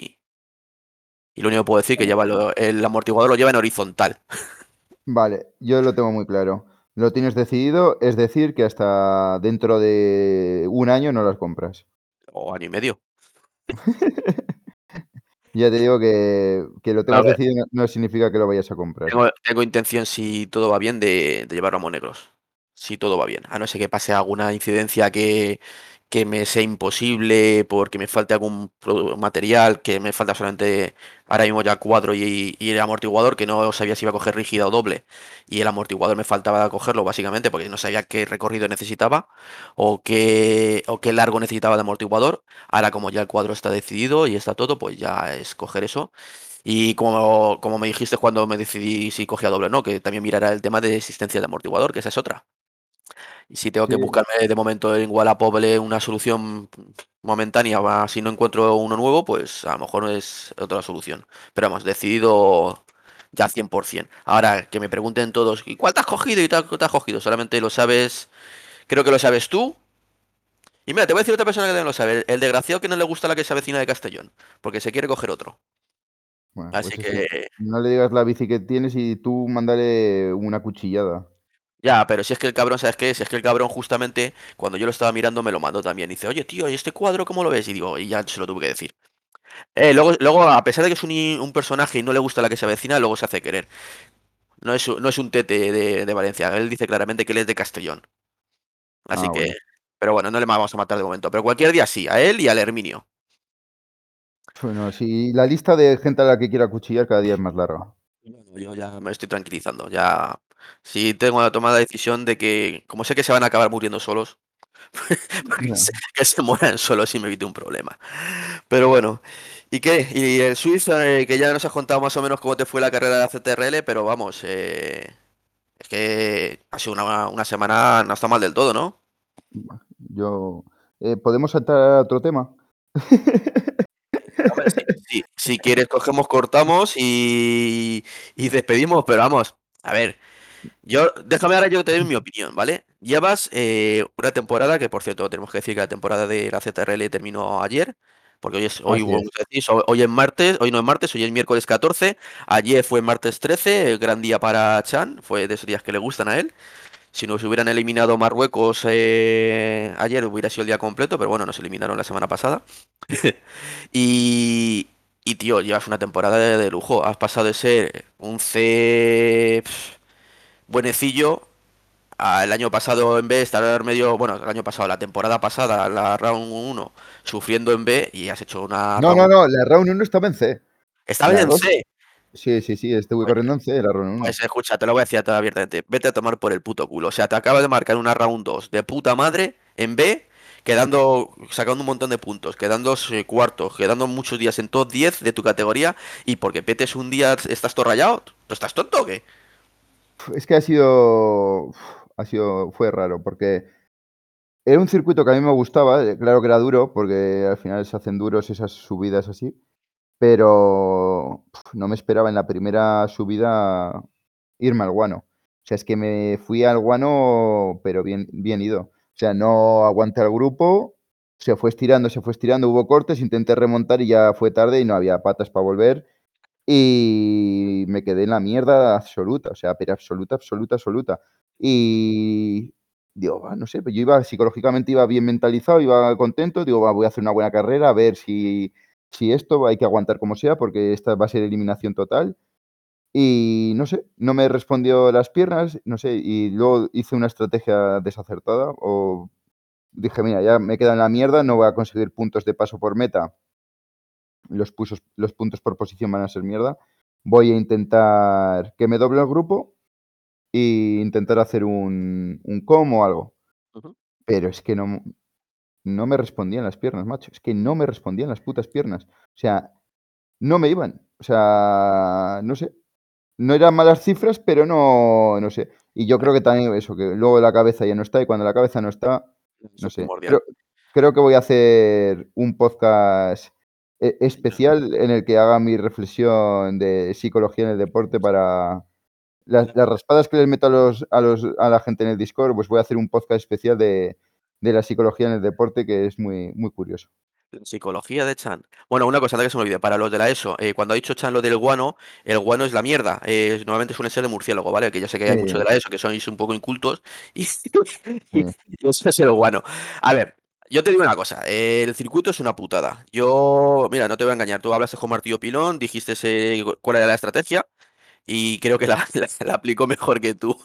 y lo único que puedo decir que lleva el amortiguador lo lleva en horizontal Vale, yo lo tengo muy claro. Lo tienes decidido, es decir, que hasta dentro de un año no las compras. o año y medio. Ya te digo que lo A tengas ver, decidido no significa que lo vayas a comprar. tengo intención, si todo va bien, de llevarlo a Monegros. Si todo va bien. A no ser que pase alguna incidencia que me sea imposible porque me falte algún material, que me falta solamente ahora mismo ya cuadro y el amortiguador, que no sabía si iba a coger rígida o doble. Y el amortiguador me faltaba cogerlo básicamente porque no sabía qué recorrido necesitaba o qué largo necesitaba de amortiguador. Ahora como ya el cuadro está decidido y está todo, pues ya es coger eso y como me dijiste cuando me decidí si cogía doble o no, que también mirará el tema de existencia de amortiguador, que esa es otra. Y si tengo Sí, que buscarme de momento en Wallapop una solución momentánea, si no encuentro uno nuevo, pues a lo mejor es otra solución. Pero vamos, decidido ya 100%. Ahora, que me pregunten todos, ¿y cuál te has cogido y tal, cuál te has cogido? Solamente lo sabes, creo que lo sabes tú. Y mira, te voy a decir otra persona que también lo sabe, el desgraciado que no le gusta la que se avecina de Castellón, porque se quiere coger otro. bueno, Así pues ese, que no le digas la bici que tienes y tú mándale una cuchillada. Ya, pero si es que el cabrón, ¿sabes qué? Si es que el cabrón justamente cuando yo lo estaba mirando me lo mandó también. Dice, oye, tío, ¿y este cuadro cómo lo ves? Y digo, y ya se lo tuve que decir. Luego, a pesar de que es un personaje y no le gusta la que se avecina, luego se hace querer. No es un tete de Valencia. Él dice claramente que él es de Castellón. Así Ah, que, bueno. pero bueno, no le vamos a matar de momento. Pero cualquier día sí, a él y al Herminio. Bueno, sí, la lista de gente a la que quiera cuchillar cada día es más larga. Bueno, yo ya me estoy tranquilizando. Ya, si tengo tomada la decisión de que, como sé que se van a acabar muriendo solos, Ya. que se mueran solos y me evite un problema. Pero bueno, ¿y qué? Y el Swiss, que ya nos has contado más o menos cómo te fue la carrera de la CTRL, pero vamos, es que ha sido una semana, no está mal del todo, ¿no? Yo. ¿Podemos saltar a otro tema? Hombre, si quieres, cogemos, cortamos y despedimos, pero vamos, a ver, déjame ahora yo te doy mi opinión, ¿vale? Llevas una temporada, que por cierto, tenemos que decir que la temporada de la CTRL terminó ayer, porque hoy Así vamos es. a decir, hoy es martes, hoy no es martes, hoy es miércoles 14, ayer fue martes 13, gran día para Chan, fue de esos días que le gustan a él. Si nos hubieran eliminado Marruecos ayer hubiera sido el día completo, pero bueno, nos eliminaron la semana pasada. Y, tío, llevas una temporada de lujo. Has pasado de ser un C buenecillo al año pasado en B estar medio, bueno, el año pasado, la temporada pasada, la Round uno sufriendo en B y has hecho una No, no, Round. no, la Round 1 estaba en C. Estabas La en 2, C. sí, sí, sí, estuve Pues, corriendo en C, la Round 1. pues escucha, te lo voy a decir todo abiertamente. Vete a tomar por el puto culo. O sea, te acabas de marcar una Round 2 de puta madre en B, sacando un montón de puntos, quedando cuarto, quedando muchos días en top 10 de tu categoría y porque petes un día estás todo rayado. ¿Tú estás tonto o qué? Es que fue raro, porque era un circuito que a mí me gustaba, claro que era duro, porque al final se hacen duros esas subidas así, pero no me esperaba en la primera subida irme al guano. O sea, es que me fui al guano, pero bien, bien ido. O sea, no aguanté al grupo, se fue estirando, hubo cortes, intenté remontar y ya fue tarde y no había patas para volver. Y me quedé en la mierda absoluta, o sea, pero absoluta, absoluta, absoluta. Y digo, no sé, pues yo iba psicológicamente iba bien mentalizado, iba contento, digo, voy a hacer una buena carrera, a ver si esto hay que aguantar como sea, porque esta va a ser eliminación total. Y no sé, no me respondió las piernas, no sé, y luego hice una estrategia desacertada o dije, mira, ya me quedo en la mierda, no voy a conseguir puntos de paso por meta, los puntos por posición van a ser mierda. Voy a intentar que me doble el grupo e intentar hacer un com o algo. Ujú. Pero es que no me respondían las piernas, macho. Es que no me respondían las putas piernas. O sea, no me iban. O sea, no sé. No eran malas cifras, pero no sé. Y yo creo que también eso, que luego la cabeza ya no está y cuando la cabeza no está, Eso no es sé. primordial. Creo que voy a hacer un podcast especial en el que haga mi reflexión de psicología en el deporte para las raspadas que les meto a la gente en el Discord, pues voy a hacer un podcast especial de la psicología en el deporte que es muy, muy curioso. La psicología de Chan. Bueno, una cosa antes que se me olvide, para los de la ESO, cuando ha dicho Chan lo del guano, el guano es la mierda. Normalmente suele ser de murciélago, ¿vale? Que ya sé que hay muchos de Sí, la ESO que sois un poco incultos y, y sí. eso es el guano. A ver, yo te digo una cosa, el circuito es una putada. Mira, no te voy a engañar, tú hablaste con Martillo Pilón, dijiste cuál era la estrategia y creo que la aplicó mejor que tú.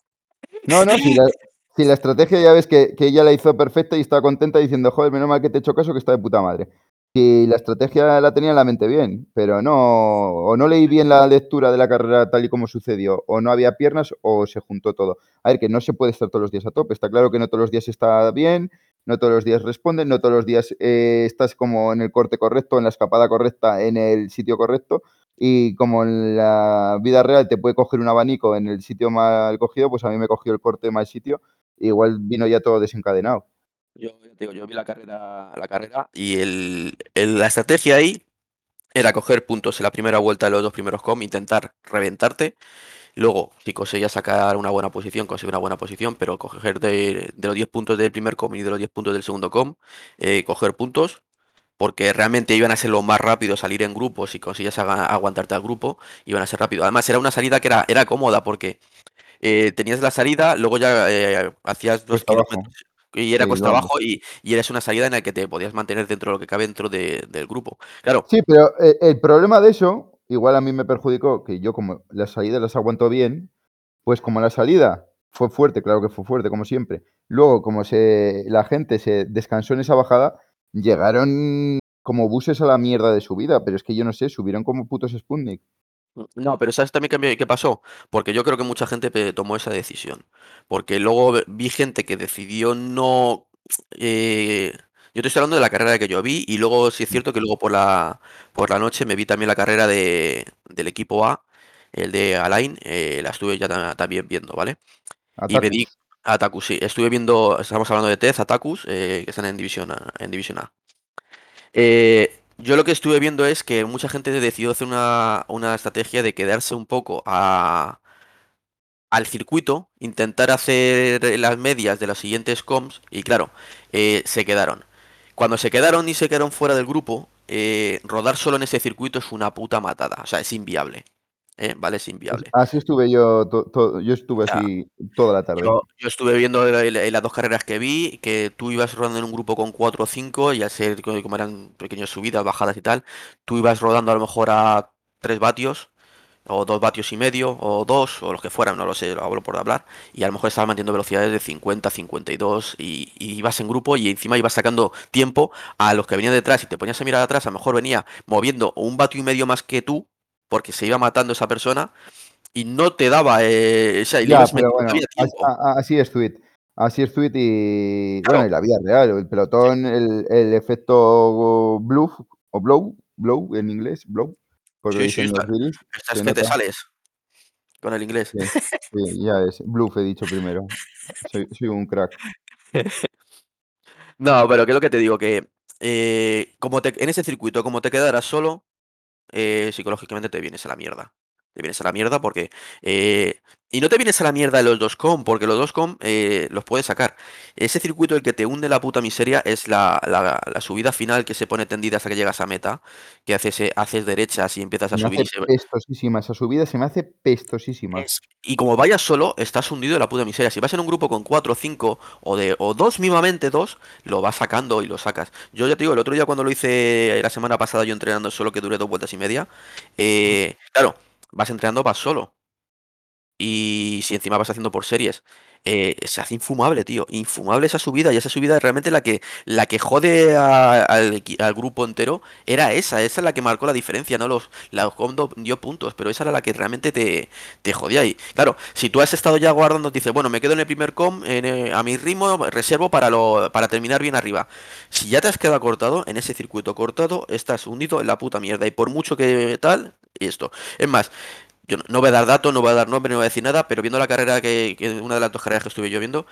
No, no, si la estrategia ya ves que ella la hizo perfecta y está contenta diciendo, joder, menos mal que te he hecho caso que está de puta madre. Si la estrategia la tenía en la mente bien, pero no, o no leí bien la lectura de la carrera tal y como sucedió, o no había piernas, o se juntó todo. A ver, que no se puede estar todos los días a tope. Está claro que no todos los días está bien, no todos los días responden, no todos los días estás como en el corte correcto, en la escapada correcta, en el sitio correcto. Y como en la vida real te puede coger un abanico en el sitio mal cogido, pues a mí me cogió el corte mal sitio. E igual vino ya todo desencadenado. Ya te digo, yo vi la carrera y la estrategia ahí era coger puntos en la primera vuelta de los dos primeros com, intentar reventarte. Luego, si conseguías sacar una buena posición, conseguir una buena posición, pero coger de los 10 puntos del primer com y de los 10 puntos del segundo com, coger puntos, porque realmente iban a ser lo más rápido salir en grupo, si conseguías aguantarte al grupo, iban a ser rápido. Además, era una salida que era cómoda, porque tenías la salida, luego ya hacías 2 Cuesta abajo. kilómetros y era Sí, cuesta luego. abajo y eres una salida en la que te podías mantener dentro de lo que cabe dentro del grupo. Claro, Sí, pero el problema de eso, igual a mí me perjudicó, que yo como las salidas las aguanto bien, pues como la salida fue fuerte, claro que fue fuerte, como siempre. Luego, como la gente se descansó en esa bajada, llegaron como buses a la mierda de subida, pero es que yo no sé, subieron como putos Sputnik. no, pero ¿sabes también qué pasó? Porque yo creo que mucha gente tomó esa decisión. Porque luego vi gente que decidió no... eh, yo te estoy hablando de la carrera que yo vi y luego sí es cierto que luego por la noche me vi también la carrera del equipo A, el de Alain, la estuve ya también viendo, ¿vale? Y me di Atacus. Atacus, sí. Estuve viendo, estamos hablando de Tez, Atacus, que están en División A. Yo lo que estuve viendo es que mucha gente decidió hacer una estrategia de quedarse un poco al circuito, intentar hacer las medias de los siguientes comps y claro, se quedaron. Cuando se quedaron y se quedaron fuera del grupo, rodar solo en ese circuito es una puta matada, o sea, es inviable. ¿Vale? Es inviable. Así estuve yo, yo estuve O sea, así toda la tarde. yo estuve viendo las 2 carreras que vi, que tú ibas rodando en un grupo con 4 o 5, y al ser como eran pequeñas subidas, bajadas y tal, tú ibas rodando a lo mejor a 3 vatios, o 2,5 vatios, o 2, o los que fueran, no lo sé, lo hablo por hablar, y a lo mejor estabas manteniendo velocidades de 50, 52, y ibas en grupo, y encima ibas sacando tiempo a los que venían detrás, y te ponías a mirar atrás, a lo mejor venía moviendo 1,5 vatios más que tú, porque se iba matando esa persona, y no te daba, o sea, y le Ya, ibas pero metiendo bueno, todavía tiempo. así es Tweet. Así es Tweet y bueno, Claro. y la vida real, el Sí. pelotón, el efecto bluff o blow en inglés, blow, porque Sí, sí, dicen los guiris, estás se que te nota. sales con el inglés. Sí, sí, ya es. Bluff he dicho primero. Soy un crack. No, pero ¿qué es lo que te digo? Que en ese circuito, como te quedaras solo, psicológicamente te vienes a la mierda. Te vienes a la mierda porque... eh, y no te vienes a la mierda de los 2Com, porque los 2Com los puedes sacar. Ese circuito el que te hunde la puta miseria es la subida final que se pone tendida hasta que llegas a meta, que haces derechas y empiezas Se a me subir hace y se, pestosísima esa subida, se me hace pestosísima. Y como vayas solo, estás hundido en la puta miseria. Si vas en un grupo con 4 o 5 o dos, mínimamente dos, lo vas sacando y lo sacas. Yo ya te digo, el otro día cuando lo hice la semana pasada yo entrenando solo, que duré 2 vueltas y media, claro, vas entrenando, vas solo. Y si encima vas haciendo por series, se hace infumable, tío. Infumable esa subida. Y esa subida realmente la que jode al grupo entero era esa es la que marcó la diferencia, ¿no? La Ocon dio puntos, pero esa era la que realmente te jodía. Y claro, si tú has estado ya guardando, dices, bueno, me quedo en el primer com, a mi ritmo, reservo para terminar bien arriba. Si ya te has quedado cortado, en ese circuito cortado, estás hundido en la puta mierda. Y por mucho que tal, y esto. Es más. Yo no voy a dar datos, no voy a dar nombre, no voy a decir nada, pero viendo la carrera una de las 2 carreras que estuve yo viendo,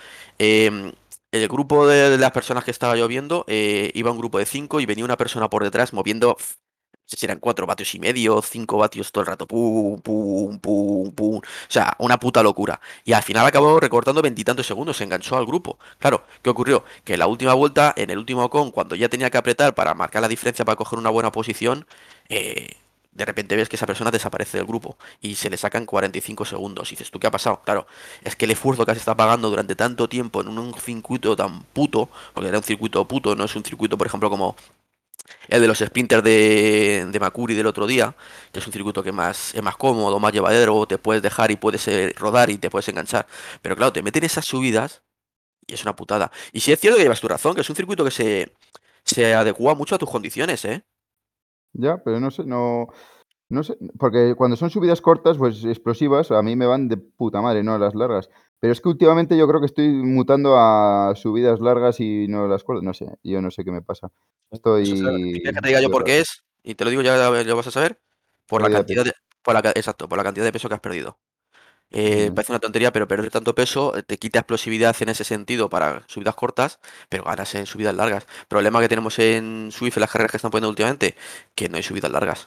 el grupo de las personas que estaba yo viendo, iba un grupo de 5 y venía una persona por detrás moviendo, no sé si eran 4,5 vatios, 5 vatios todo el rato, pum, pum, pum, pum, o sea, una puta locura. Y al final acabó recortando veintitantos segundos, se enganchó al grupo. Claro, ¿qué ocurrió? Que en la última vuelta, en el último con, cuando ya tenía que apretar para marcar la diferencia para coger una buena posición, eh, de repente ves que esa persona desaparece del grupo y se le sacan 45 segundos. Y dices, ¿tú qué ha pasado? Claro, es que el esfuerzo que has estado pagando durante tanto tiempo en un circuito tan puto, porque era un circuito puto, no es un circuito, por ejemplo, como el de los sprinters de Makuri del otro día, que es un circuito que es más cómodo, más llevadero, te puedes dejar y puedes rodar y te puedes enganchar. Pero claro, te meten esas subidas y es una putada. Y sí es cierto que llevas tu razón, que es un circuito que se adecua mucho a tus condiciones, ¿eh? Ya, pero no sé, no sé, porque cuando son subidas cortas, pues explosivas, a mí me van de puta madre, no las largas. Pero es que últimamente yo creo que estoy mutando a subidas largas y no las cortas. No sé, yo no sé qué me pasa. Eso, ¿quieres que te diga yo Estoy por raro. qué es? Y te lo digo ya, lo vas a saber. Por la Pérdida de cantidad peso. exacto, por la cantidad de peso que has perdido. Ya. Parece una tontería, pero perder tanto peso te quita explosividad en ese sentido para subidas cortas, pero ganas en subidas largas. Problema que tenemos en Swift, en las carreras que están poniendo últimamente, que no hay subidas largas.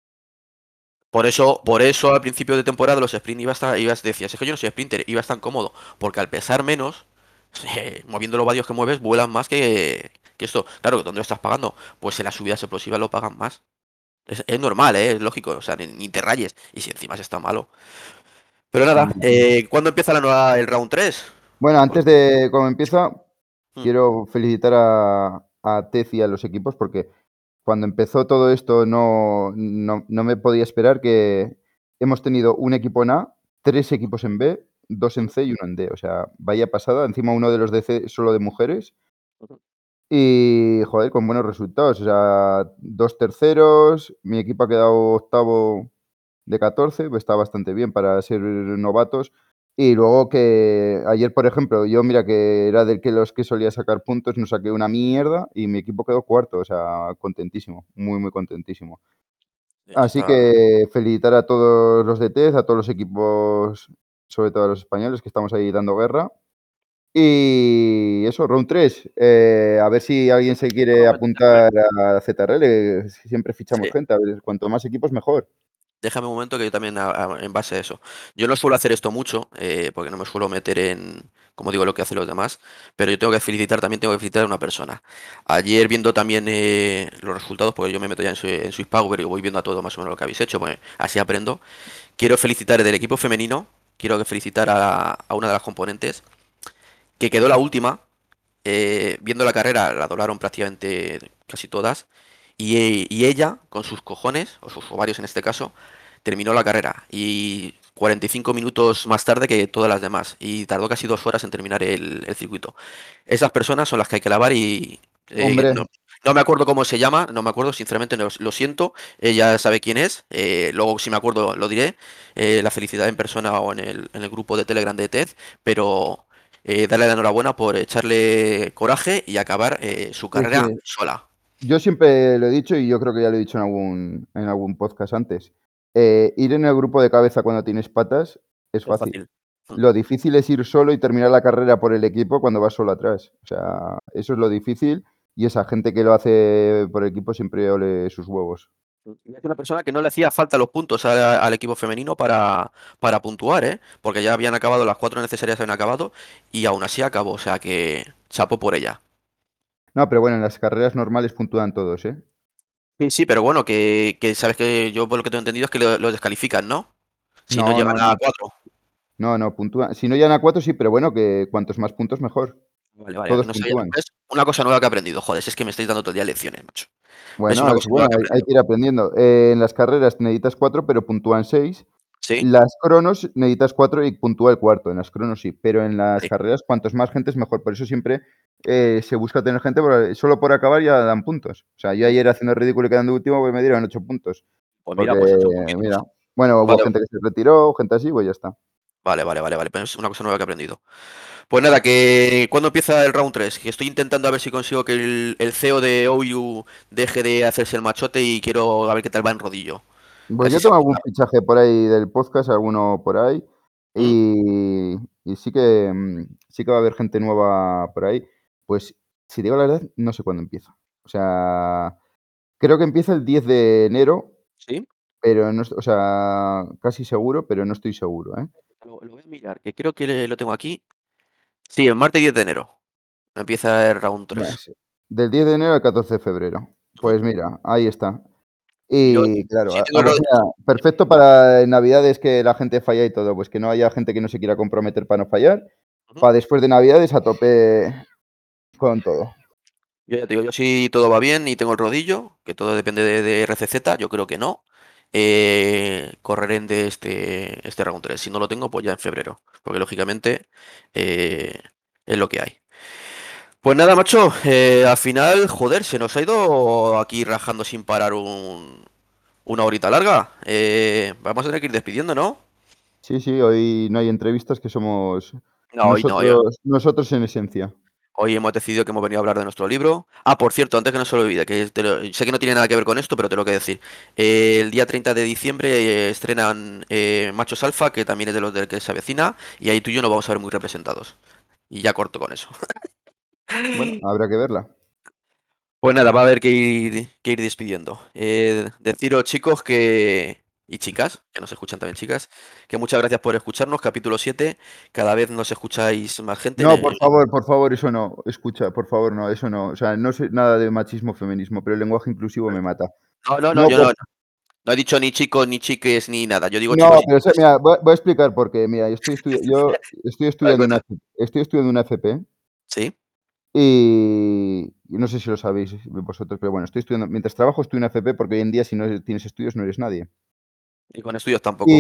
Por eso al principio de temporada los sprint decías, es que yo no soy sprinter, ibas tan cómodo, porque al pesar menos, moviendo los vatios que mueves, vuelan más que esto. Claro, ¿dónde lo estás pagando? Pues en las subidas explosivas lo pagan más. Es normal, ¿eh? Es lógico, o sea, ni te rayes. Y si encima se está malo. Pero nada, Y, ¿cuándo empieza el round 3? bueno, antes de cómo empieza, Mm, quiero felicitar a Tez y a los equipos porque cuando empezó todo esto no me podía esperar que hemos tenido un equipo en A, 3 equipos en B, 2 en mm, C y 1 en D. O sea, vaya pasada. Encima uno de los de C solo de mujeres ujú. y, joder, con buenos resultados. O sea, 2 terceros, mi equipo ha quedado octavo de 14, pues está bastante bien para ser novatos. Y luego que ayer, por ejemplo, yo mira que era del que los que solía sacar puntos, no saqué una mierda y mi equipo quedó cuarto, o sea, contentísimo, muy, muy contentísimo. Eso Así está. que felicitar a todos los de TEZ, a todos los equipos, sobre todo a los españoles, que estamos ahí dando guerra. Y eso, round 3. A ver si alguien se quiere apuntar a ZRL. Siempre fichamos Sí. gente. A ver, cuanto más equipos, mejor. Déjame un momento que yo también, en base a eso. Yo no suelo hacer esto mucho, porque no me suelo meter en, como digo, lo que hacen los demás, pero yo también tengo que felicitar a una persona. Ayer viendo también los resultados, porque yo me meto ya en Swiss Power y voy viendo a todo más o menos lo que habéis hecho, pues así aprendo. Quiero felicitar del equipo femenino, quiero que felicitar a una de las componentes, que quedó la última. Viendo la carrera, la doblaron prácticamente casi todas. Y ella, con sus cojones, o sus ovarios en este caso, terminó la carrera. Y 45 minutos más tarde que todas las demás. Y tardó casi 2 horas en terminar el circuito. Esas personas son las que hay que lavar y Hombre, no me acuerdo cómo se llama, no me acuerdo, sinceramente lo siento. Ella sabe quién es. Luego, si me acuerdo, lo diré. La felicidad en persona o en el grupo de Telegram de TED. Pero darle la enhorabuena por echarle coraje y acabar su sí, carrera sí. sola. Yo siempre lo he dicho y yo creo que ya lo he dicho en algún podcast antes. Ir en el grupo de cabeza cuando tienes patas es Es fácil. fácil. Mm. Lo difícil es ir solo y terminar la carrera por el equipo cuando vas solo atrás. O sea, eso es lo difícil y esa gente que lo hace por equipo siempre ole sus huevos. Y es una persona que no le hacía falta los puntos al equipo femenino para puntuar, ¿eh? Porque ya habían acabado las 4 necesarias, habían acabado y aún así acabó. O sea que chapo por ella. No, pero bueno, en las carreras normales puntúan todos, ¿eh? Sí, sí, pero bueno, que sabes que yo por lo que tengo entendido es que lo descalifican, ¿no? Si no No, llegan no, a no. 4. No, puntúan. Si no llegan a 4, sí, pero bueno, que cuantos más puntos, mejor. Vale, vale, Todos no sabía. puntúan. Es una cosa nueva que he aprendido. Joder, si es que me estáis dando todo el día lecciones, macho. Es Bueno, una es cosa nueva bueno, que he hay aprendido. que ir aprendiendo. En las carreras necesitas 4, pero puntúan 6. Sí, Las cronos necesitas 4 y puntúa el cuarto. En las cronos sí, pero en las sí. carreras, cuantos más gente es mejor. Por eso siempre se busca tener gente, porque solo por acabar ya dan puntos. O sea, yo Mm. ayer haciendo el ridículo y quedando último, pues me dieron 8 puntos. Pues mira, Porque, pues 8 puntitos. mira, bueno, hubo Vale, gente que se retiró, gente así, pues ya está. vale, vale, vale, vale. Pero es una cosa nueva que he aprendido. Pues nada, que ¿cuándo empieza el round 3? Que estoy intentando a ver si consigo que el CEO de OU deje de hacerse el machote y quiero a ver qué tal va en rodillo. Pues Casi yo se tengo algún apunta. fichaje por ahí del podcast, alguno por ahí. ¿Mm? Y sí que va a haber gente nueva por ahí. Pues, si digo la verdad, no sé cuándo empieza. O sea, creo que empieza el 10 de enero, ¿Sí? pero no, o sea, casi seguro, pero no estoy seguro, ¿eh? Lo voy a mirar, que creo que lo tengo aquí. Sí, el martes 10 de enero. Empieza el round Bueno, 3. sí. Del 10 de enero al 14 de febrero. Ujú. Pues mira, ahí está. Y yo, Y claro, si tengo vamos, mira, perfecto para Navidades que la gente falla y todo, pues que no haya gente que no se quiera comprometer para no fallar. ujú. Para después de Navidades a tope con todo. Yo ya te digo, yo si todo va bien y tengo el rodillo, que todo depende de RCZ, yo creo que no. Correré en de este round 3. Si no lo tengo, pues ya en febrero. Porque lógicamente eh, es lo que hay. Pues nada, macho, al final, joder, se nos ha ido aquí rajando sin parar una horita larga. Vamos a tener que ir despidiendo, ¿no? Sí, sí, hoy no hay entrevistas que somos No, hoy no. nosotros en esencia. Hoy hemos decidido que hemos venido a hablar de nuestro libro. Ah, por cierto, antes que no se lo olvide, que sé que no tiene nada que ver con esto, pero te lo que decir. El día 30 de diciembre estrenan Machos Alfa, que también es de los del que se avecina, y ahí tú y yo nos vamos a ver muy representados. Y ya corto con eso. Bueno, habrá que verla. Pues nada, va a haber que ir despidiendo. Deciros, chicos, y chicas, que nos escuchan también chicas, que muchas gracias por escucharnos. Capítulo 7. Cada vez nos escucháis más gente. No, por favor, eso no. Escucha, por favor, no, eso no. O sea, no sé nada de machismo, feminismo, pero el lenguaje inclusivo me mata. No, no, no, No, yo no. No he dicho ni chicos, ni chiques, ni nada. Yo digo chicos No, y pero chicas. mira, voy a explicar por qué. Mira, yo estoy Vale, estudiando cuenta. estoy estudiando una FP Sí. y no sé si lo sabéis vosotros, pero bueno, estoy estudiando mientras trabajo estoy en una FP porque hoy en día si no tienes estudios no eres nadie. Y con estudios tampoco.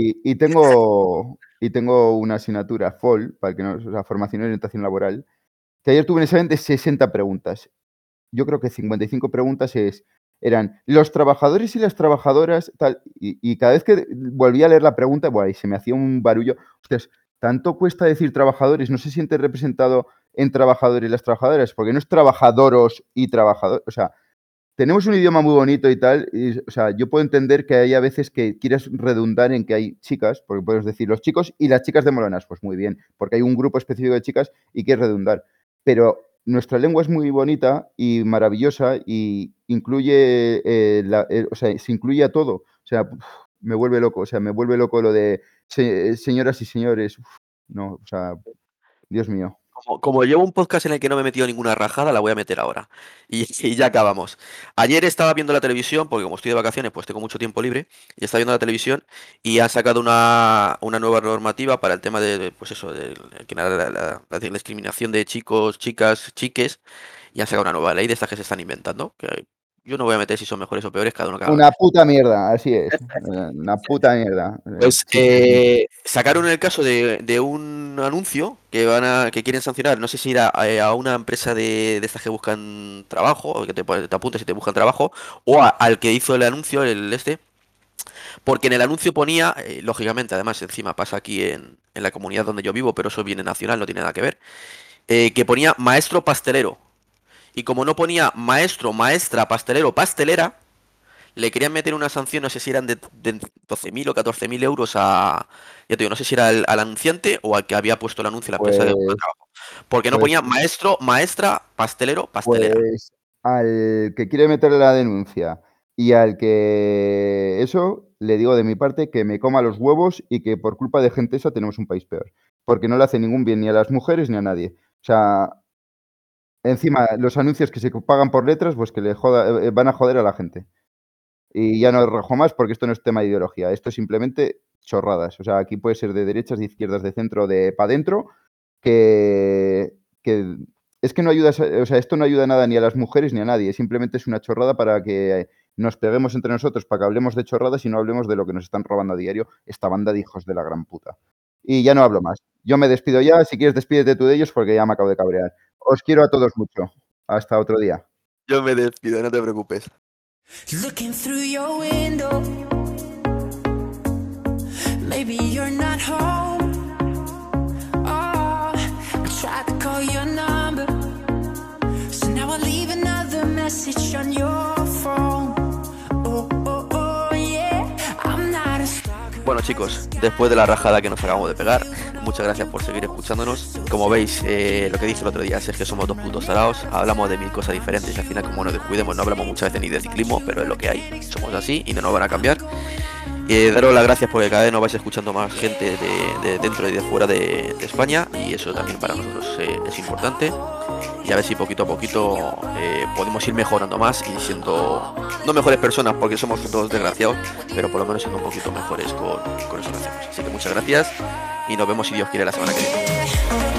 Y tengo una asignatura FOL, para el que no, o sea, formación y orientación laboral, que ayer tuve un examen de 60 preguntas. Yo creo que 55 preguntas eran los trabajadores y las trabajadoras, tal, y cada vez que volvía a leer la pregunta, buah, y se me hacía un barullo. Hostias, tanto cuesta decir trabajadores, no se siente representado en trabajadores y las trabajadoras, porque no es trabajadoros y trabajadores, o sea, tenemos un idioma muy bonito y tal, y, o sea, yo puedo entender que hay a veces que quieres redundar en que hay chicas, porque puedes decir los chicos y las chicas de Molonas, pues muy bien, porque hay un grupo específico de chicas y quieres redundar. Pero nuestra lengua es muy bonita y maravillosa y incluye, o sea, se incluye a todo. O sea, me vuelve loco, o sea, me vuelve loco lo de señoras y señores. No, o sea, Dios mío. Como llevo un podcast en el que no me he metido ninguna rajada, la voy a meter ahora. Y ya acabamos. Ayer estaba viendo la televisión, porque como estoy de vacaciones, pues tengo mucho tiempo libre, y estaba viendo la televisión y han sacado una nueva normativa para el tema de, pues eso, de la discriminación de chicos, chicas, chiques, y han sacado una nueva ley de estas que se están inventando, que yo no voy a meter si son mejores o peores, cada uno que haga. Una puta mierda, así es. Una puta mierda. Pues Sí, sí, sí. sacaron el caso de un anuncio que quieren sancionar, no sé si era a una empresa de estas que buscan trabajo, o que te apuntes y te buscan trabajo, o al que hizo el anuncio, porque en el anuncio ponía, lógicamente, además encima pasa aquí en la comunidad donde yo vivo, pero eso viene nacional, no tiene nada que ver, que ponía maestro pastelero. Y como no ponía maestro, maestra, pastelero, pastelera, le querían meter una sanción, no sé si eran de 12.000 o 14.000 euros ya te digo, no sé si era al anunciante o al que había puesto el anuncio, la empresa de Pues, trabajo. Porque no pues, ponía maestro, maestra, pastelero, pastelera. pues al que quiere meterle la denuncia y al que eso, le digo de mi parte que me coma los huevos y que por culpa de gente esa tenemos un país peor. Porque no le hace ningún bien ni a las mujeres ni a nadie. O sea, encima, los anuncios que se pagan por letras, pues que van a joder a la gente. Y ya no rajo más porque esto no es tema de ideología, esto es simplemente chorradas. O sea, aquí puede ser de derechas, de izquierdas, de centro, de pa' dentro, que es que no ayuda, o sea, esto no ayuda nada ni a las mujeres ni a nadie, simplemente es una chorrada para que nos peguemos entre nosotros, para que hablemos de chorradas y no hablemos de lo que nos están robando a diario esta banda de hijos de la gran puta. Y ya no hablo más. Yo me despido ya, si quieres despídete tú de ellos porque ya me acabo de cabrear. Os quiero a todos mucho. Hasta otro día. Yo me despido, no te preocupes. Looking through your window, maybe you're not home. Oh, I tried to call your number, so now I leave another message on your phone. Oh, oh, oh, yeah, I'm not a stalker. Bueno chicos, después de la rajada que nos acabamos de pegar, muchas gracias por seguir escuchándonos. Como veis, lo que dije el otro día es que somos dos putos tarados, hablamos de mil cosas diferentes y al final como nos descuidemos no hablamos muchas veces ni de ciclismo, pero es lo que hay, somos así y no nos van a cambiar. Daros las gracias porque cada vez nos vais escuchando más gente de dentro y de fuera de España y eso también para nosotros es importante. Y a ver si poquito a poquito podemos ir mejorando más y siendo no mejores personas porque somos todos desgraciados, pero por lo menos siendo un poquito mejores con eso que hacemos. Así que muchas gracias y nos vemos si Dios quiere la semana que viene.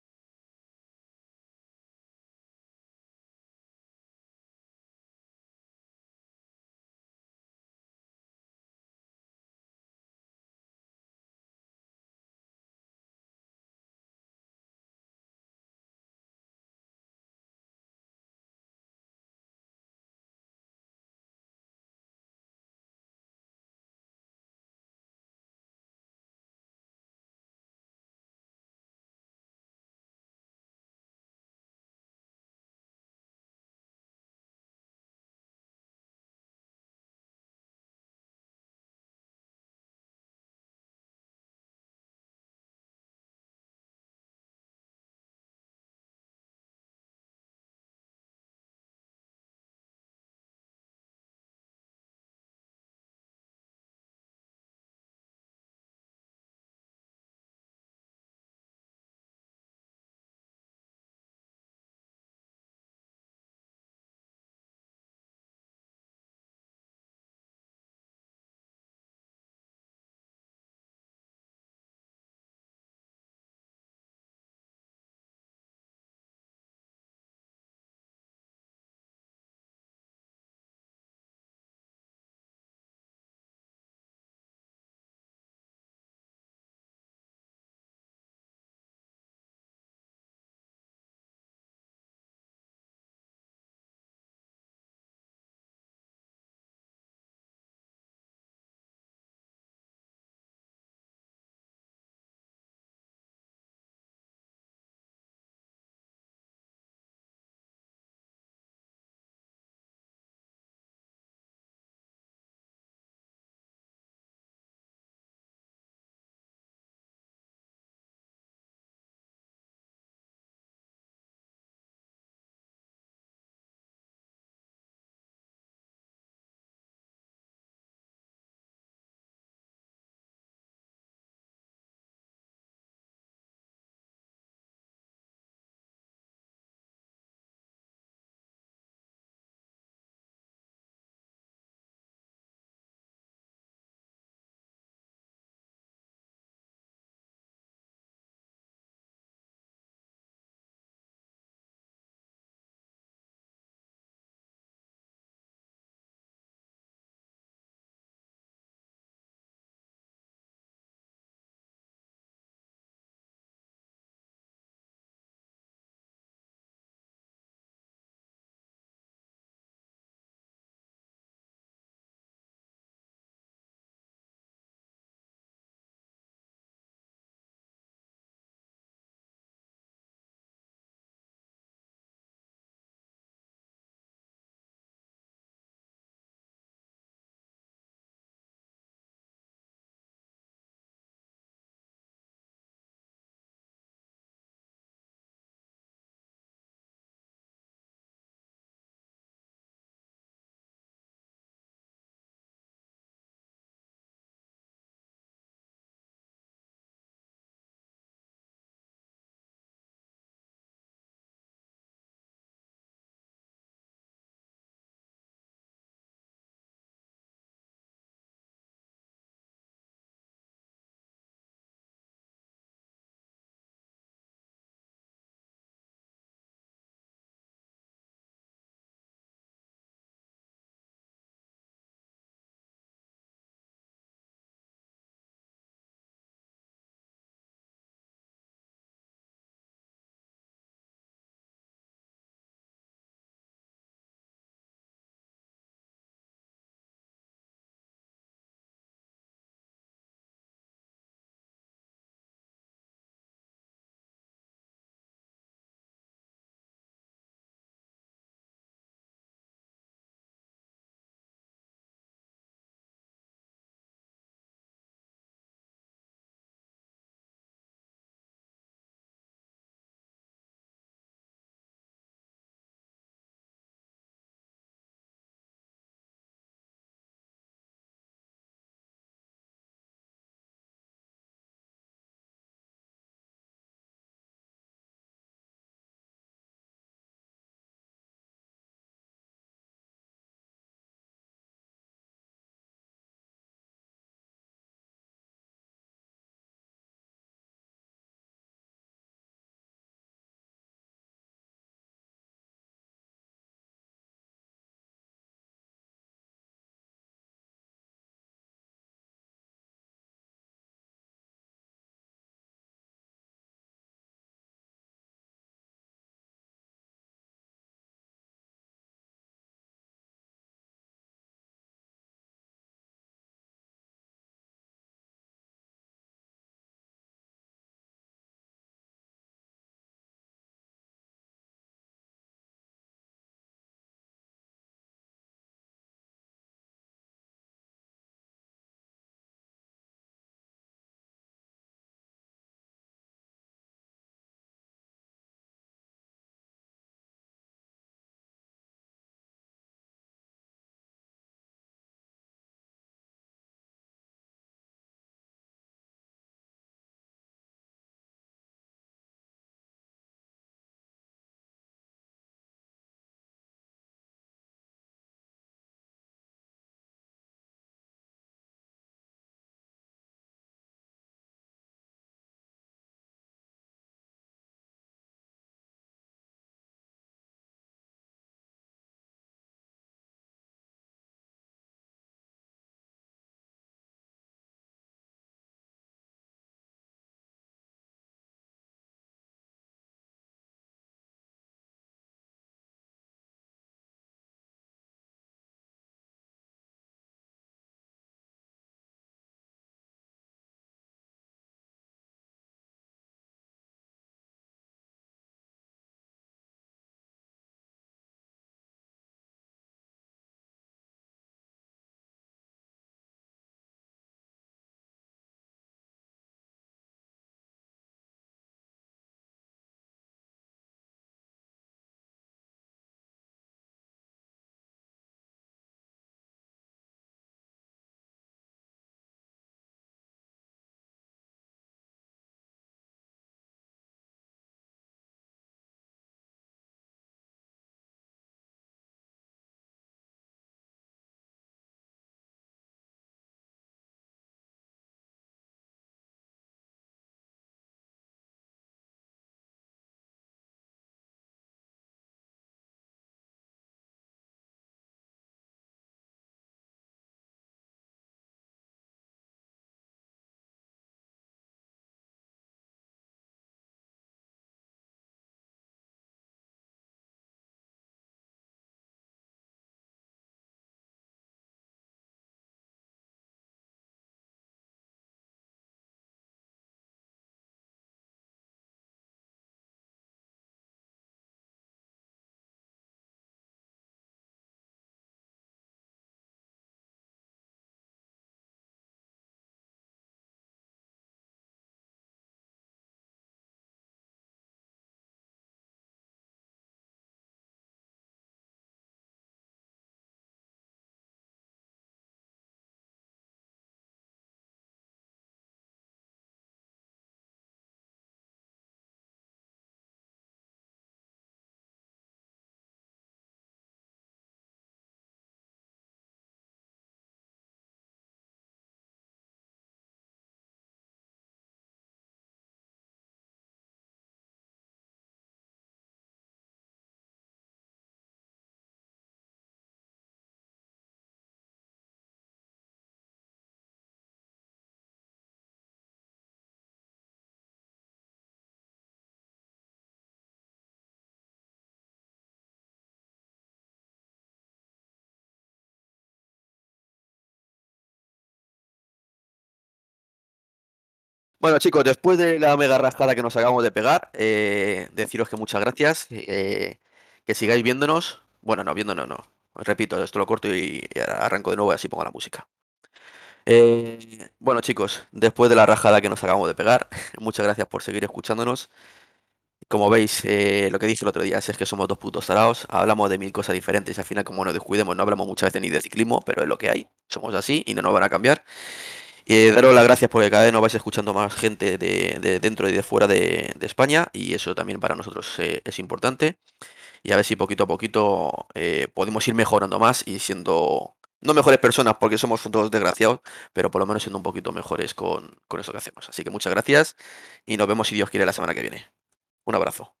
Bueno, chicos, después de la mega rascada que nos acabamos de pegar, deciros que muchas gracias, que sigáis viéndonos. Bueno, no, viéndonos no. Os repito, esto lo corto y arranco de nuevo y así pongo la música. Bueno, chicos, después de la rajada que nos acabamos de pegar, muchas gracias por seguir escuchándonos. Como veis, lo que dije el otro día es que somos dos putos tarados, hablamos de mil cosas diferentes y al final como nos descuidemos no hablamos muchas veces ni de ciclismo, pero es lo que hay, somos así y no nos van a cambiar. Daros las gracias porque cada vez nos vais escuchando más gente de dentro y de fuera de España y eso también para nosotros es importante y a ver si poquito a poquito podemos ir mejorando más y siendo, no mejores personas porque somos todos desgraciados, pero por lo menos siendo un poquito mejores con eso que hacemos. Así que muchas gracias y nos vemos si Dios quiere la semana que viene. Un abrazo.